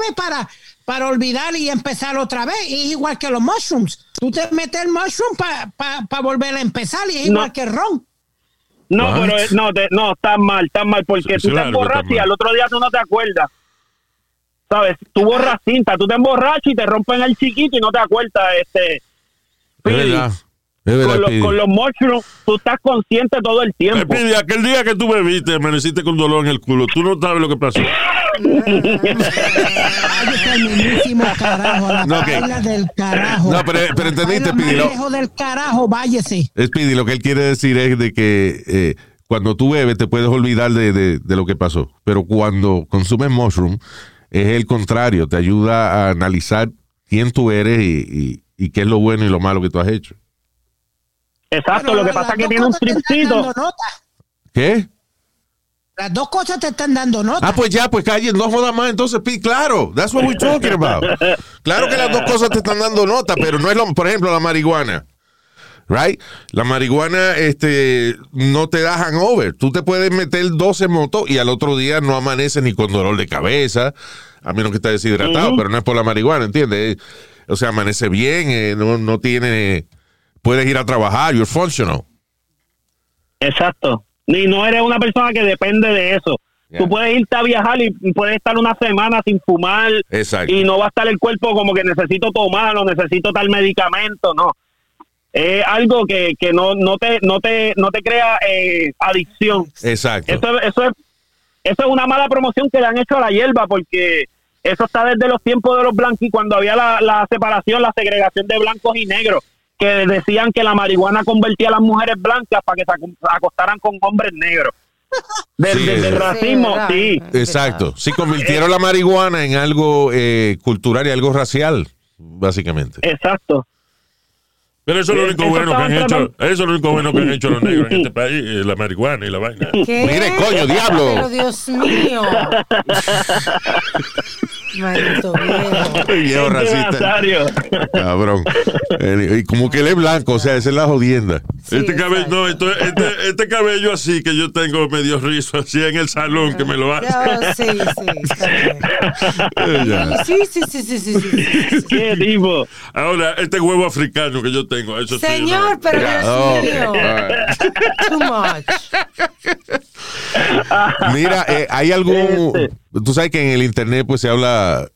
para olvidar y empezar otra vez. Y es igual que los mushrooms. Tú te metes el mushroom para volver a empezar y es igual que el ron.
No, what? Pero no, está mal, porque tú te emborrachas y al otro día tú no te acuerdas. ¿Sabes? Tú borras cinta, tú te emborrachas y te rompen el chiquito y no te acuerdas.
Es verdad.
Con los mushrooms, tú estás consciente todo el tiempo.
Pidi, aquel día que tú bebiste, amaneciste con dolor en el culo. Tú no sabes lo que pasó.
Del carajo.
No, pero entendiste, Pidi.
Del carajo, váyase.
Pidi, lo que él quiere decir es de que cuando tú bebes te puedes olvidar de lo que pasó. Pero cuando consumes mushroom, es el contrario. Te ayuda a analizar quién tú eres y qué es lo bueno y lo malo que tú has hecho.
Exacto, pero lo que pasa es que tiene un tripcito.
¿Qué?
Las dos cosas te están dando nota.
Pues calle, no jodas más. Entonces, claro, that's what we're talking about. Claro que las dos cosas te están dando nota, pero no es por ejemplo, la marihuana. Right? La marihuana no te da hangover. Tú te puedes meter 12 motos y al otro día no amaneces ni con dolor de cabeza, a menos que estés deshidratado, pero no es por la marihuana, ¿entiendes? O sea, amanece bien, no tiene... Puedes ir a trabajar, you're functional.
Exacto. Y no eres una persona que depende de eso. Yeah. Tú puedes irte a viajar y puedes estar una semana sin fumar.
Exacto.
Y no va a estar el cuerpo como que necesito tomarlo, necesito tal medicamento, no. Es algo que no te crea adicción.
Exacto.
Eso es una mala promoción que le han hecho a la hierba, porque eso está desde los tiempos de los blancos, cuando había la separación, la segregación de blancos y negros, que decían que la marihuana convertía a las mujeres blancas para que se acostaran con hombres negros. Del racismo, sí.
Exacto. Sí, convirtieron la marihuana en algo cultural y algo racial, básicamente.
Exacto.
Pero eso es lo único
Eso
bueno que han
estaban
hecho. Eso es lo único bueno que han hecho los negros en este país, la marihuana y la vaina.
¿Qué?
Mire, coño, diablo.
Pero Dios mío. Maldito viejo.
Viejo
Este
racista.
Nazario.
Cabrón. Y como que él es blanco, o sea, esa es la jodienda.
Sí,
Este cabello,
exacto.
no, este cabello así que yo tengo medio rizo así en el salón que me lo hace.
Sí, está bien.
Ya.
Sí.
¿Qué tipo?
Ahora, este huevo africano que yo tengo, eso sí,
Señor,
no.
pero
Ya,
Dios
ok,
mío.
all right.
Too much.
Mira, hay algún... Tú sabes que en el internet pues se habla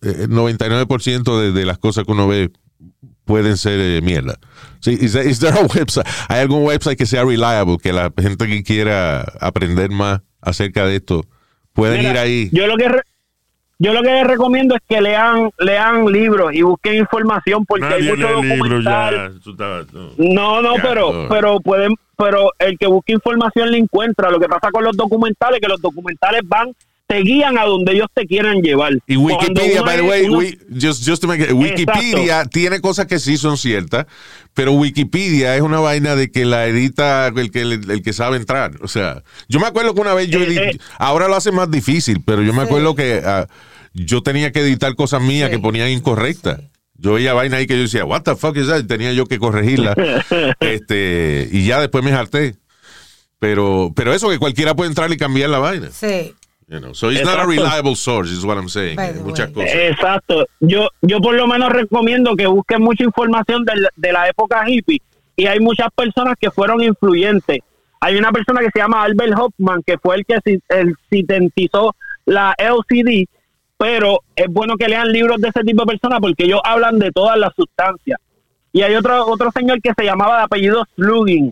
99% de las cosas que uno ve pueden ser mierda. Sí, is there a website? ¿Hay algún website que sea reliable, que la gente que quiera aprender más acerca de esto pueden
Mira,
ir ahí?
Yo lo que les recomiendo es que lean libros y busquen información porque
Nadie
hay mucho
lee libros ya.
documental.
Eso está-
No,
Ya, no.
pero el que busque información le encuentra. Lo que pasa con los documentales, que los documentales te guían a donde ellos te quieran llevar.
Y Wikipedia,
Cuando
by the
uno
way,
es-
just to make it, Wikipedia tiene cosas que sí son ciertas, pero Wikipedia es una vaina de que la edita el que sabe entrar. O sea, yo me acuerdo que una vez ahora lo hace más difícil, pero yo me acuerdo que yo tenía que editar cosas mías que ponían incorrectas. Yo veía vaina ahí que yo decía, what the fuck is that? Y tenía yo que corregirla. Y ya después me harté. Pero eso que cualquiera puede entrar y cambiar la vaina.
Sí.
You know, so it's not a
Exacto.
reliable source, is what I'm saying.
By the
Muchas
way.
cosas.
Exacto. Yo por lo menos recomiendo que busquen mucha información de la época hippie y hay muchas personas que fueron influyentes. Hay una persona que se llama Albert Hoffman que fue el que sintetizó la LSD, pero es bueno que lean libros de ese tipo de personas porque ellos hablan de todas las sustancias. Y hay otro señor que se llamaba de apellido Slugin.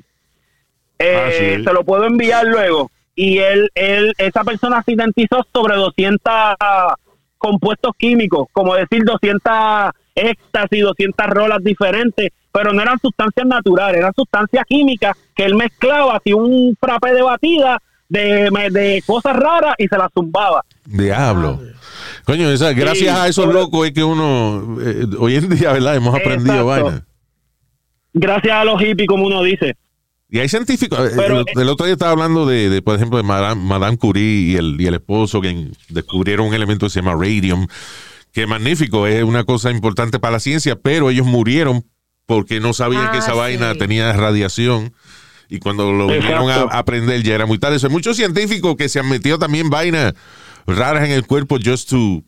Sí.
Se lo puedo enviar luego. Y esa persona sintetizó sobre 200 compuestos químicos, como decir 200 éxtasis, 200 rolas diferentes, pero no eran sustancias naturales, eran sustancias químicas que él mezclaba así un frappé de batida de cosas raras y se las zumbaba.
Diablo. Coño, gracias a esos locos es que uno hoy en día, ¿verdad? Hemos aprendido
Exacto.
vaina.
Gracias a los hippies, como uno dice.
Y hay científicos.
Pero,
el otro día estaba hablando de por ejemplo, de Madame Curie y el esposo que descubrieron un elemento que se llama radium, que es magnífico, es una cosa importante para la ciencia, pero ellos murieron porque no sabían que esa vaina tenía radiación. Y cuando lo vinieron a aprender ya era muy tarde. Hay muchos científicos que se han metido también vainas raras en el cuerpo just to,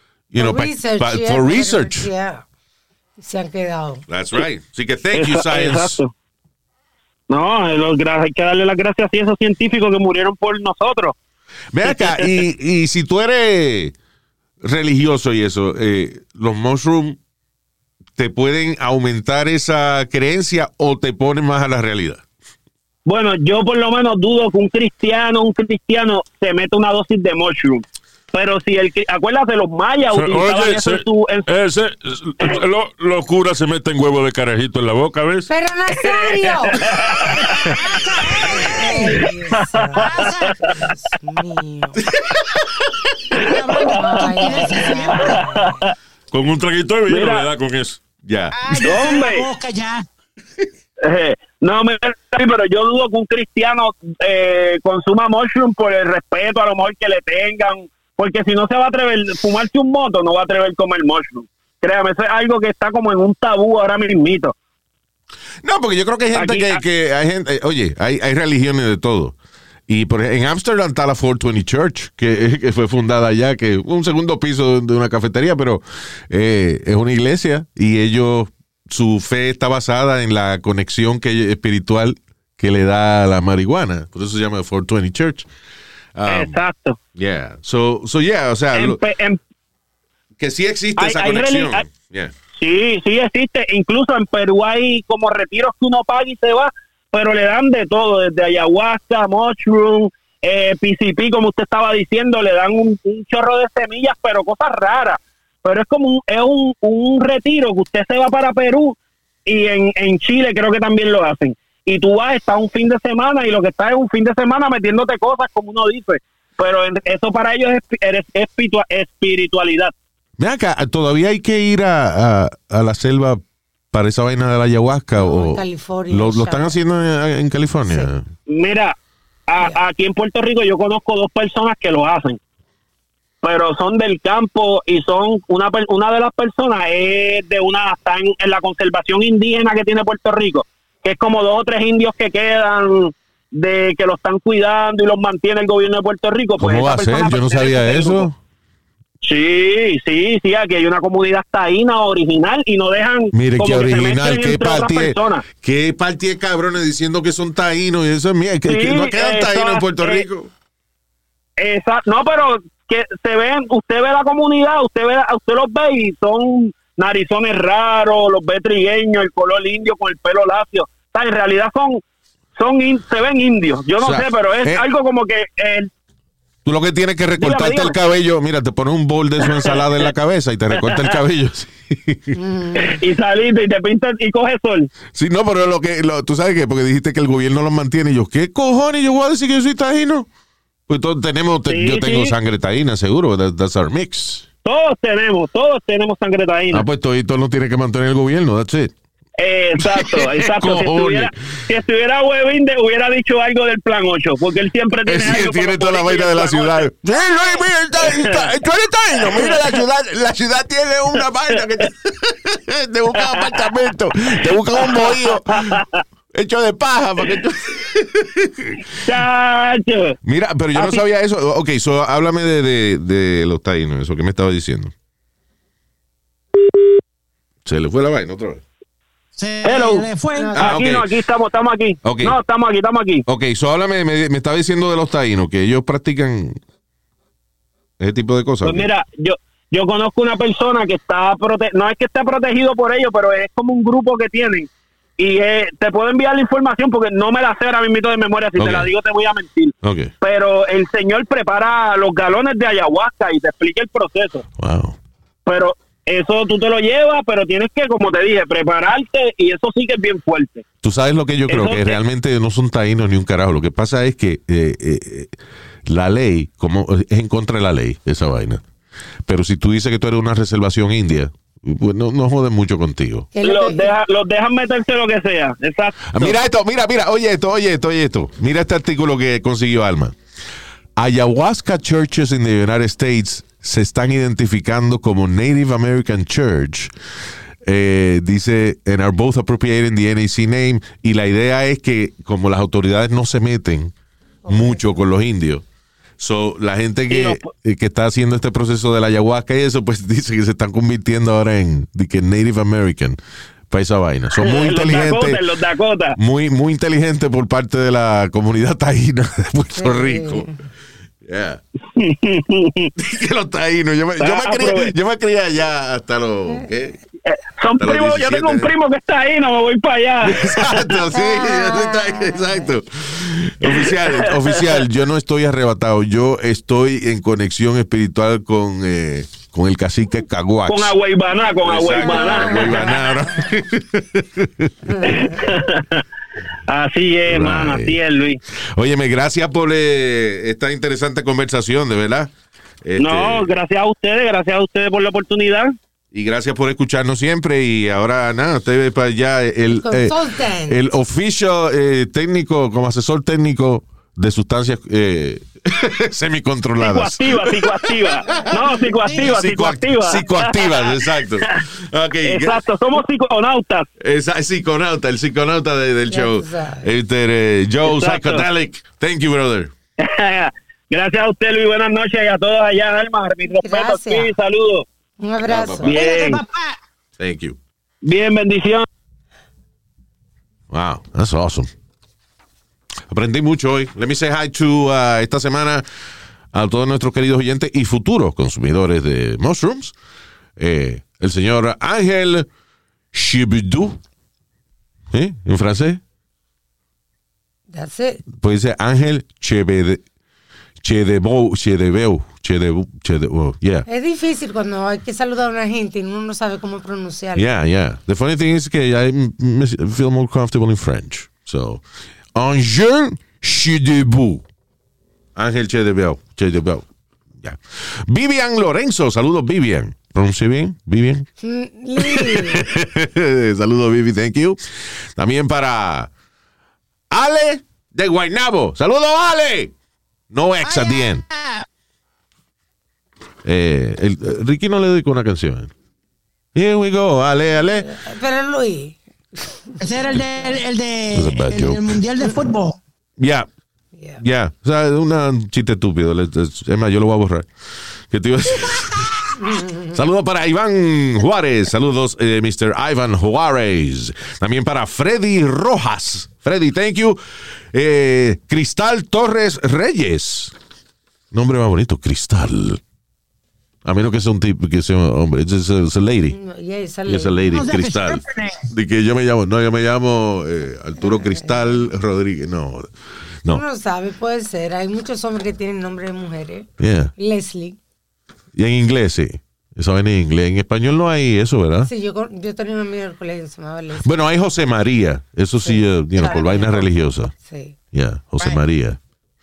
for research.
Yeah. Se han quedado.
That's right. Así que thank you, science.
Exacto. No, hay que darle las gracias a esos científicos que murieron por nosotros.
Ven acá, y si tú eres religioso y eso, los mushrooms te pueden aumentar esa creencia o te ponen más a la realidad.
Bueno, yo por lo menos dudo que un cristiano se meta una dosis de mushroom. Pero si acuérdate, los mayas utilizaban
Oye,
eso en su...
los curas se meten huevo de carajito en la boca, ¿ves?
Pero Nazario. Ay, Dios mío. Ay,
Con un traguito de vino,
Mira.
le da con eso.
Ya.
¡Hombre!
La boca ya.
No, pero yo dudo que un cristiano consuma mushroom por el respeto a lo mejor que le tengan, porque si no se va a atrever fumarse un moto, no va a atrever comer mushroom. Créame, eso es algo que está como en un tabú ahora mismito.
No, porque yo creo que hay gente
Aquí-
que hay gente, oye, hay religiones de todo. Y en Amsterdam está la 420 Church, que fue fundada allá, que un segundo piso de una cafetería, pero es una iglesia y su fe está basada en la conexión espiritual que le da la marihuana. Por eso se llama 420 Church.
Exacto.
Yeah. So yeah, o sea, que sí existe esa
hay
conexión.
Sí existe. Incluso en Perú hay como retiros que uno paga y se va, pero le dan de todo, desde ayahuasca, mushroom, PCP, como usted estaba diciendo, le dan un chorro de semillas, pero cosas raras. Pero es como un retiro que usted se va para Perú y en Chile creo que también lo hacen. Y tú vas, estás un fin de semana y lo que estás es un fin de semana metiéndote cosas, como uno dice. Pero eso para ellos es espiritualidad.
Ven acá, todavía hay que ir a la selva para esa vaina de la ayahuasca?
No,
o
en California,
¿Lo
ya.
están haciendo en California?
Sí.
Mira, aquí en Puerto Rico yo conozco 2 personas que lo hacen, pero son del campo y son una de las personas es de está en la conservación indígena que tiene Puerto Rico, que es como 2 o 3 indios que quedan de que lo están cuidando y los mantiene el gobierno de Puerto Rico. Pues
¿Cómo va a ser? Yo no sabía eso.
Sí, aquí hay una comunidad taína original y no dejan.
Mire,
como
qué
que se
original,
mezclen entre otras personas.
qué parte de cabrones diciendo que son taínos y eso es mía, que no quedan taínos en Puerto Rico.
No, pero que se ven, usted ve la comunidad, usted los ve y son narizones raros, los ve trigueños, el color indio con el pelo lacio. O sea, en realidad se ven indios. Yo no sé, pero es algo como que
tú lo que tienes que recortarte
dígame.
el cabello, mira, te pones un bol de su ensalada en la cabeza y te recorta el cabello. Sí.
Y saliste y te pintas y coges sol.
Sí, no, pero tú sabes qué, porque dijiste que el gobierno los mantiene y yo, ¿qué cojones? Yo voy a decir que yo soy taíno. Pues todos yo tengo sangre taína, seguro, that's our mix.
Todos tenemos sangre taína.
Pues todos lo tiene que mantener el gobierno, that's it.
Exacto. Si estuviera Webin, hubiera dicho algo del plan 8, porque él siempre tiene algo.
Tiene toda la vaina de la ciudad. Sí, Luis, mira, tú eres taíno. Mira, la ciudad tiene una vaina que te busca un apartamento, te busca un bohío hecho de paja para que tú...
Chacho.
Mira, pero yo no sabía eso. Ok, háblame de los taínos, eso que me estaba diciendo. Se le fue la vaina otra vez.
Hello.
Le fue.
Aquí no, aquí estamos aquí.
Okay.
No, estamos aquí.
Ok, háblame, me estaba diciendo de los taínos, que ellos practican ese tipo de cosas.
Pues mira, yo conozco una persona que no es que esté protegido por ellos, pero es como un grupo que tienen. Y te puedo enviar la información porque no me la sé ahora mismo de memoria. Si te la digo te voy a mentir.
Okay.
Pero el señor prepara los galones de ayahuasca y te explica el proceso.
Wow.
Pero eso tú te lo llevas, pero tienes que, como te dije, prepararte y eso sí que es bien fuerte.
Tú sabes lo que yo creo, que realmente no son taínos ni un carajo. Lo que pasa es que la ley, como es en contra de la ley, esa vaina. Pero si tú dices que tú eres una reservación india, pues no joden mucho contigo.
Los dejan meterse lo que sea. Exacto.
Mira esto, mira, oye esto. Mira este artículo que consiguió Alma. Ayahuasca churches in the United States se están identificando como Native American Church. Dice, and are both appropriating the NAC name. Y la idea es que como las autoridades no se meten mucho con los indios, la gente que está haciendo este proceso de la ayahuasca y eso, pues dice que se están convirtiendo ahora en Native American para esa vaina. Son muy inteligentes.
Los Dakota.
Muy, muy inteligentes por parte de la comunidad taína de Puerto Rico. Yeah. Que los taínos. Yo me crié allá hasta los... ¿qué?
Son
hasta
primos.
los 17,
yo tengo un primo que está ahí, no me voy para allá.
Exacto, sí. Exacto. Oficial, yo no estoy arrebatado. Yo estoy en conexión espiritual con el cacique Caguax.
Con Agüeybaná, Así es, hermano, así es, Luis.
Óyeme, gracias por esta interesante conversación, de verdad.
No, gracias a ustedes por la oportunidad.
Y gracias por escucharnos siempre. Y ahora, nada, usted ve para allá el oficial técnico, como asesor técnico de sustancias semicontroladas.
Psicoactiva. No, psicoactiva.
Psicoactivas, exacto. Okay.
Exacto, somos psiconautas.
El psiconauta del show. Joe Psychedelic. Thank you, brother.
Gracias a usted, Luis. Buenas noches y a todos allá, Alma. Mi respeto, sí, saludos.
Un abrazo.
Bien.
Thank you.
Bien, bendición.
Wow, that's awesome. Aprendí mucho hoy. Let me say hi to esta semana a todos nuestros queridos oyentes y futuros consumidores de mushrooms. El señor Ángel Chebedou. ¿En francés?
That's it.
Pues dice Ángel Chedebeu. Yeah.
Es difícil cuando hay que saludar a una gente y uno no sabe cómo pronunciarlo.
Yeah. The funny thing is que I feel more comfortable in French. So, Ángel Chedebeu. Ángel Chedebeu. Yeah. Vivian Lorenzo. Saludos, Vivian. pronuncié bien? ¿Vivian? Saludos, Vivi, thank you. También para Ale de Guaynabo. Saludos, Ale. No ex at the end. Ricky no le dedicó una canción. Here we go, Ale.
Pero Luis.
Ese era el del Mundial de Fútbol.
Ya. O sea, un chiste estúpido. Es más, yo lo voy a borrar. ¿Qué te iba a decir? Saludos para Iván Juárez. Saludos, Mr. Ivan Juárez. También para Freddy Rojas. Freddy, thank you. Cristal Torres Reyes. Nombre más bonito, Cristal. A menos que sea un tipo, que sea un hombre. Es a lady.
Yes,
a lady, Cristal. De que yo me llamo Arturo Cristal Rodríguez. No.
Uno no sabe, puede ser. Hay muchos hombres que tienen nombre de mujeres.
Yeah.
Leslie.
Y en inglés, sí. Eso en inglés. En español no hay eso, ¿verdad?
Sí, yo tenía un amigo del colegio que se llamaba Leslie.
Bueno, hay José María. Eso sí, por vaina religiosa.
Sí.
José María.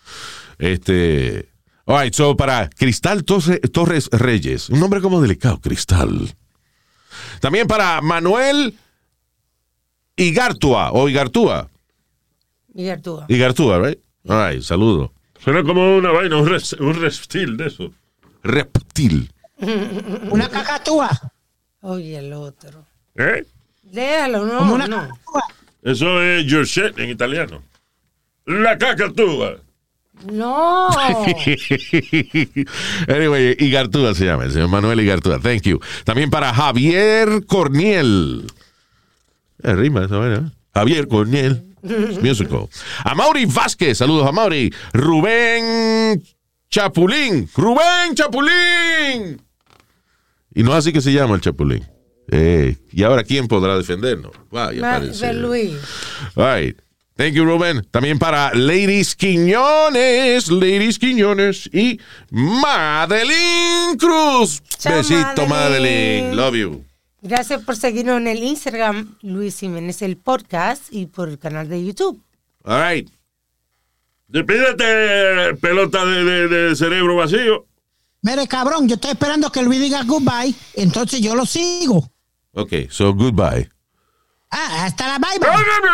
All right, so para Cristal Torres Reyes. Un nombre como delicado, Cristal. También para Manuel Igartua, Igartúa, right? All right, saludo.
Suena como una vaina, un reptil de eso.
Reptil.
Una cacatúa.
Oye, el otro.
Déjalo,
Como una cacatúa.
Eso es your shit en italiano. La cacatúa.
No.
Anyway, Igartúa se llama, el señor Manuel Igartúa. Thank you. También para Javier Corniel. Rima esa vaina. Javier Corniel. Musical. Amaury Vázquez. Saludos, Amaury. Rubén Chapulín. Y no es así que se llama el Chapulín. Y ahora, ¿quién podrá defendernos?
Luis.
All right. Thank you, Rubén. También para Ladies Quiñones y Madeline Cruz.
Chao,
Besito, Madeline. Love you.
Gracias por seguirnos en el Instagram, Luis Jiménez, el podcast, y por el canal de YouTube.
All right.
Despídete, pelota de cerebro vacío.
Mire, cabrón, yo estoy esperando que Luis diga goodbye, entonces yo lo sigo.
Ok, so goodbye.
Hasta la bye.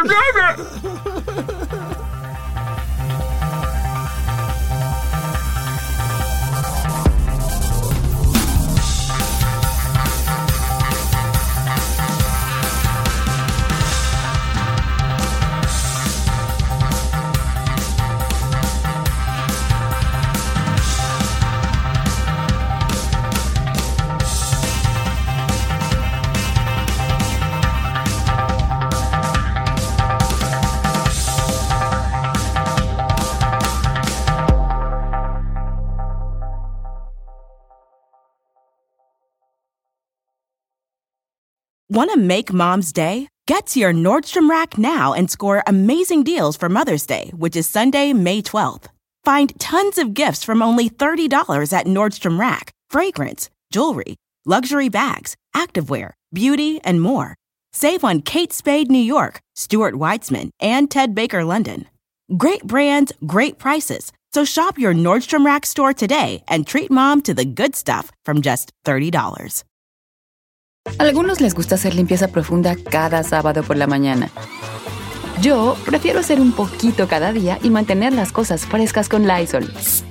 Want to make Mom's Day? Get to your Nordstrom Rack now and score amazing deals for Mother's Day, which is Sunday, May 12th. Find tons of gifts from only $30 at Nordstrom Rack. Fragrance, jewelry, luxury bags, activewear, beauty, and more. Save on Kate Spade New York, Stuart Weitzman, and Ted Baker London. Great brands, great prices. So shop your Nordstrom Rack store today and treat Mom to the good stuff from just $30.
Algunos les gusta hacer limpieza profunda cada sábado por la mañana. Yo prefiero hacer un poquito cada día y mantener las cosas frescas con Lysol.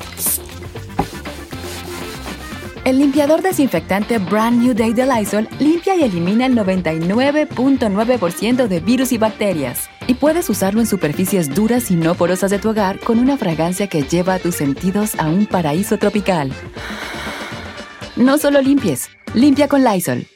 El limpiador desinfectante Brand New Day de Lysol limpia y elimina el 99.9% de virus y bacterias. Y puedes usarlo en superficies duras y no porosas de tu hogar con una fragancia que lleva a tus sentidos a un paraíso tropical. No solo limpies, limpia con Lysol.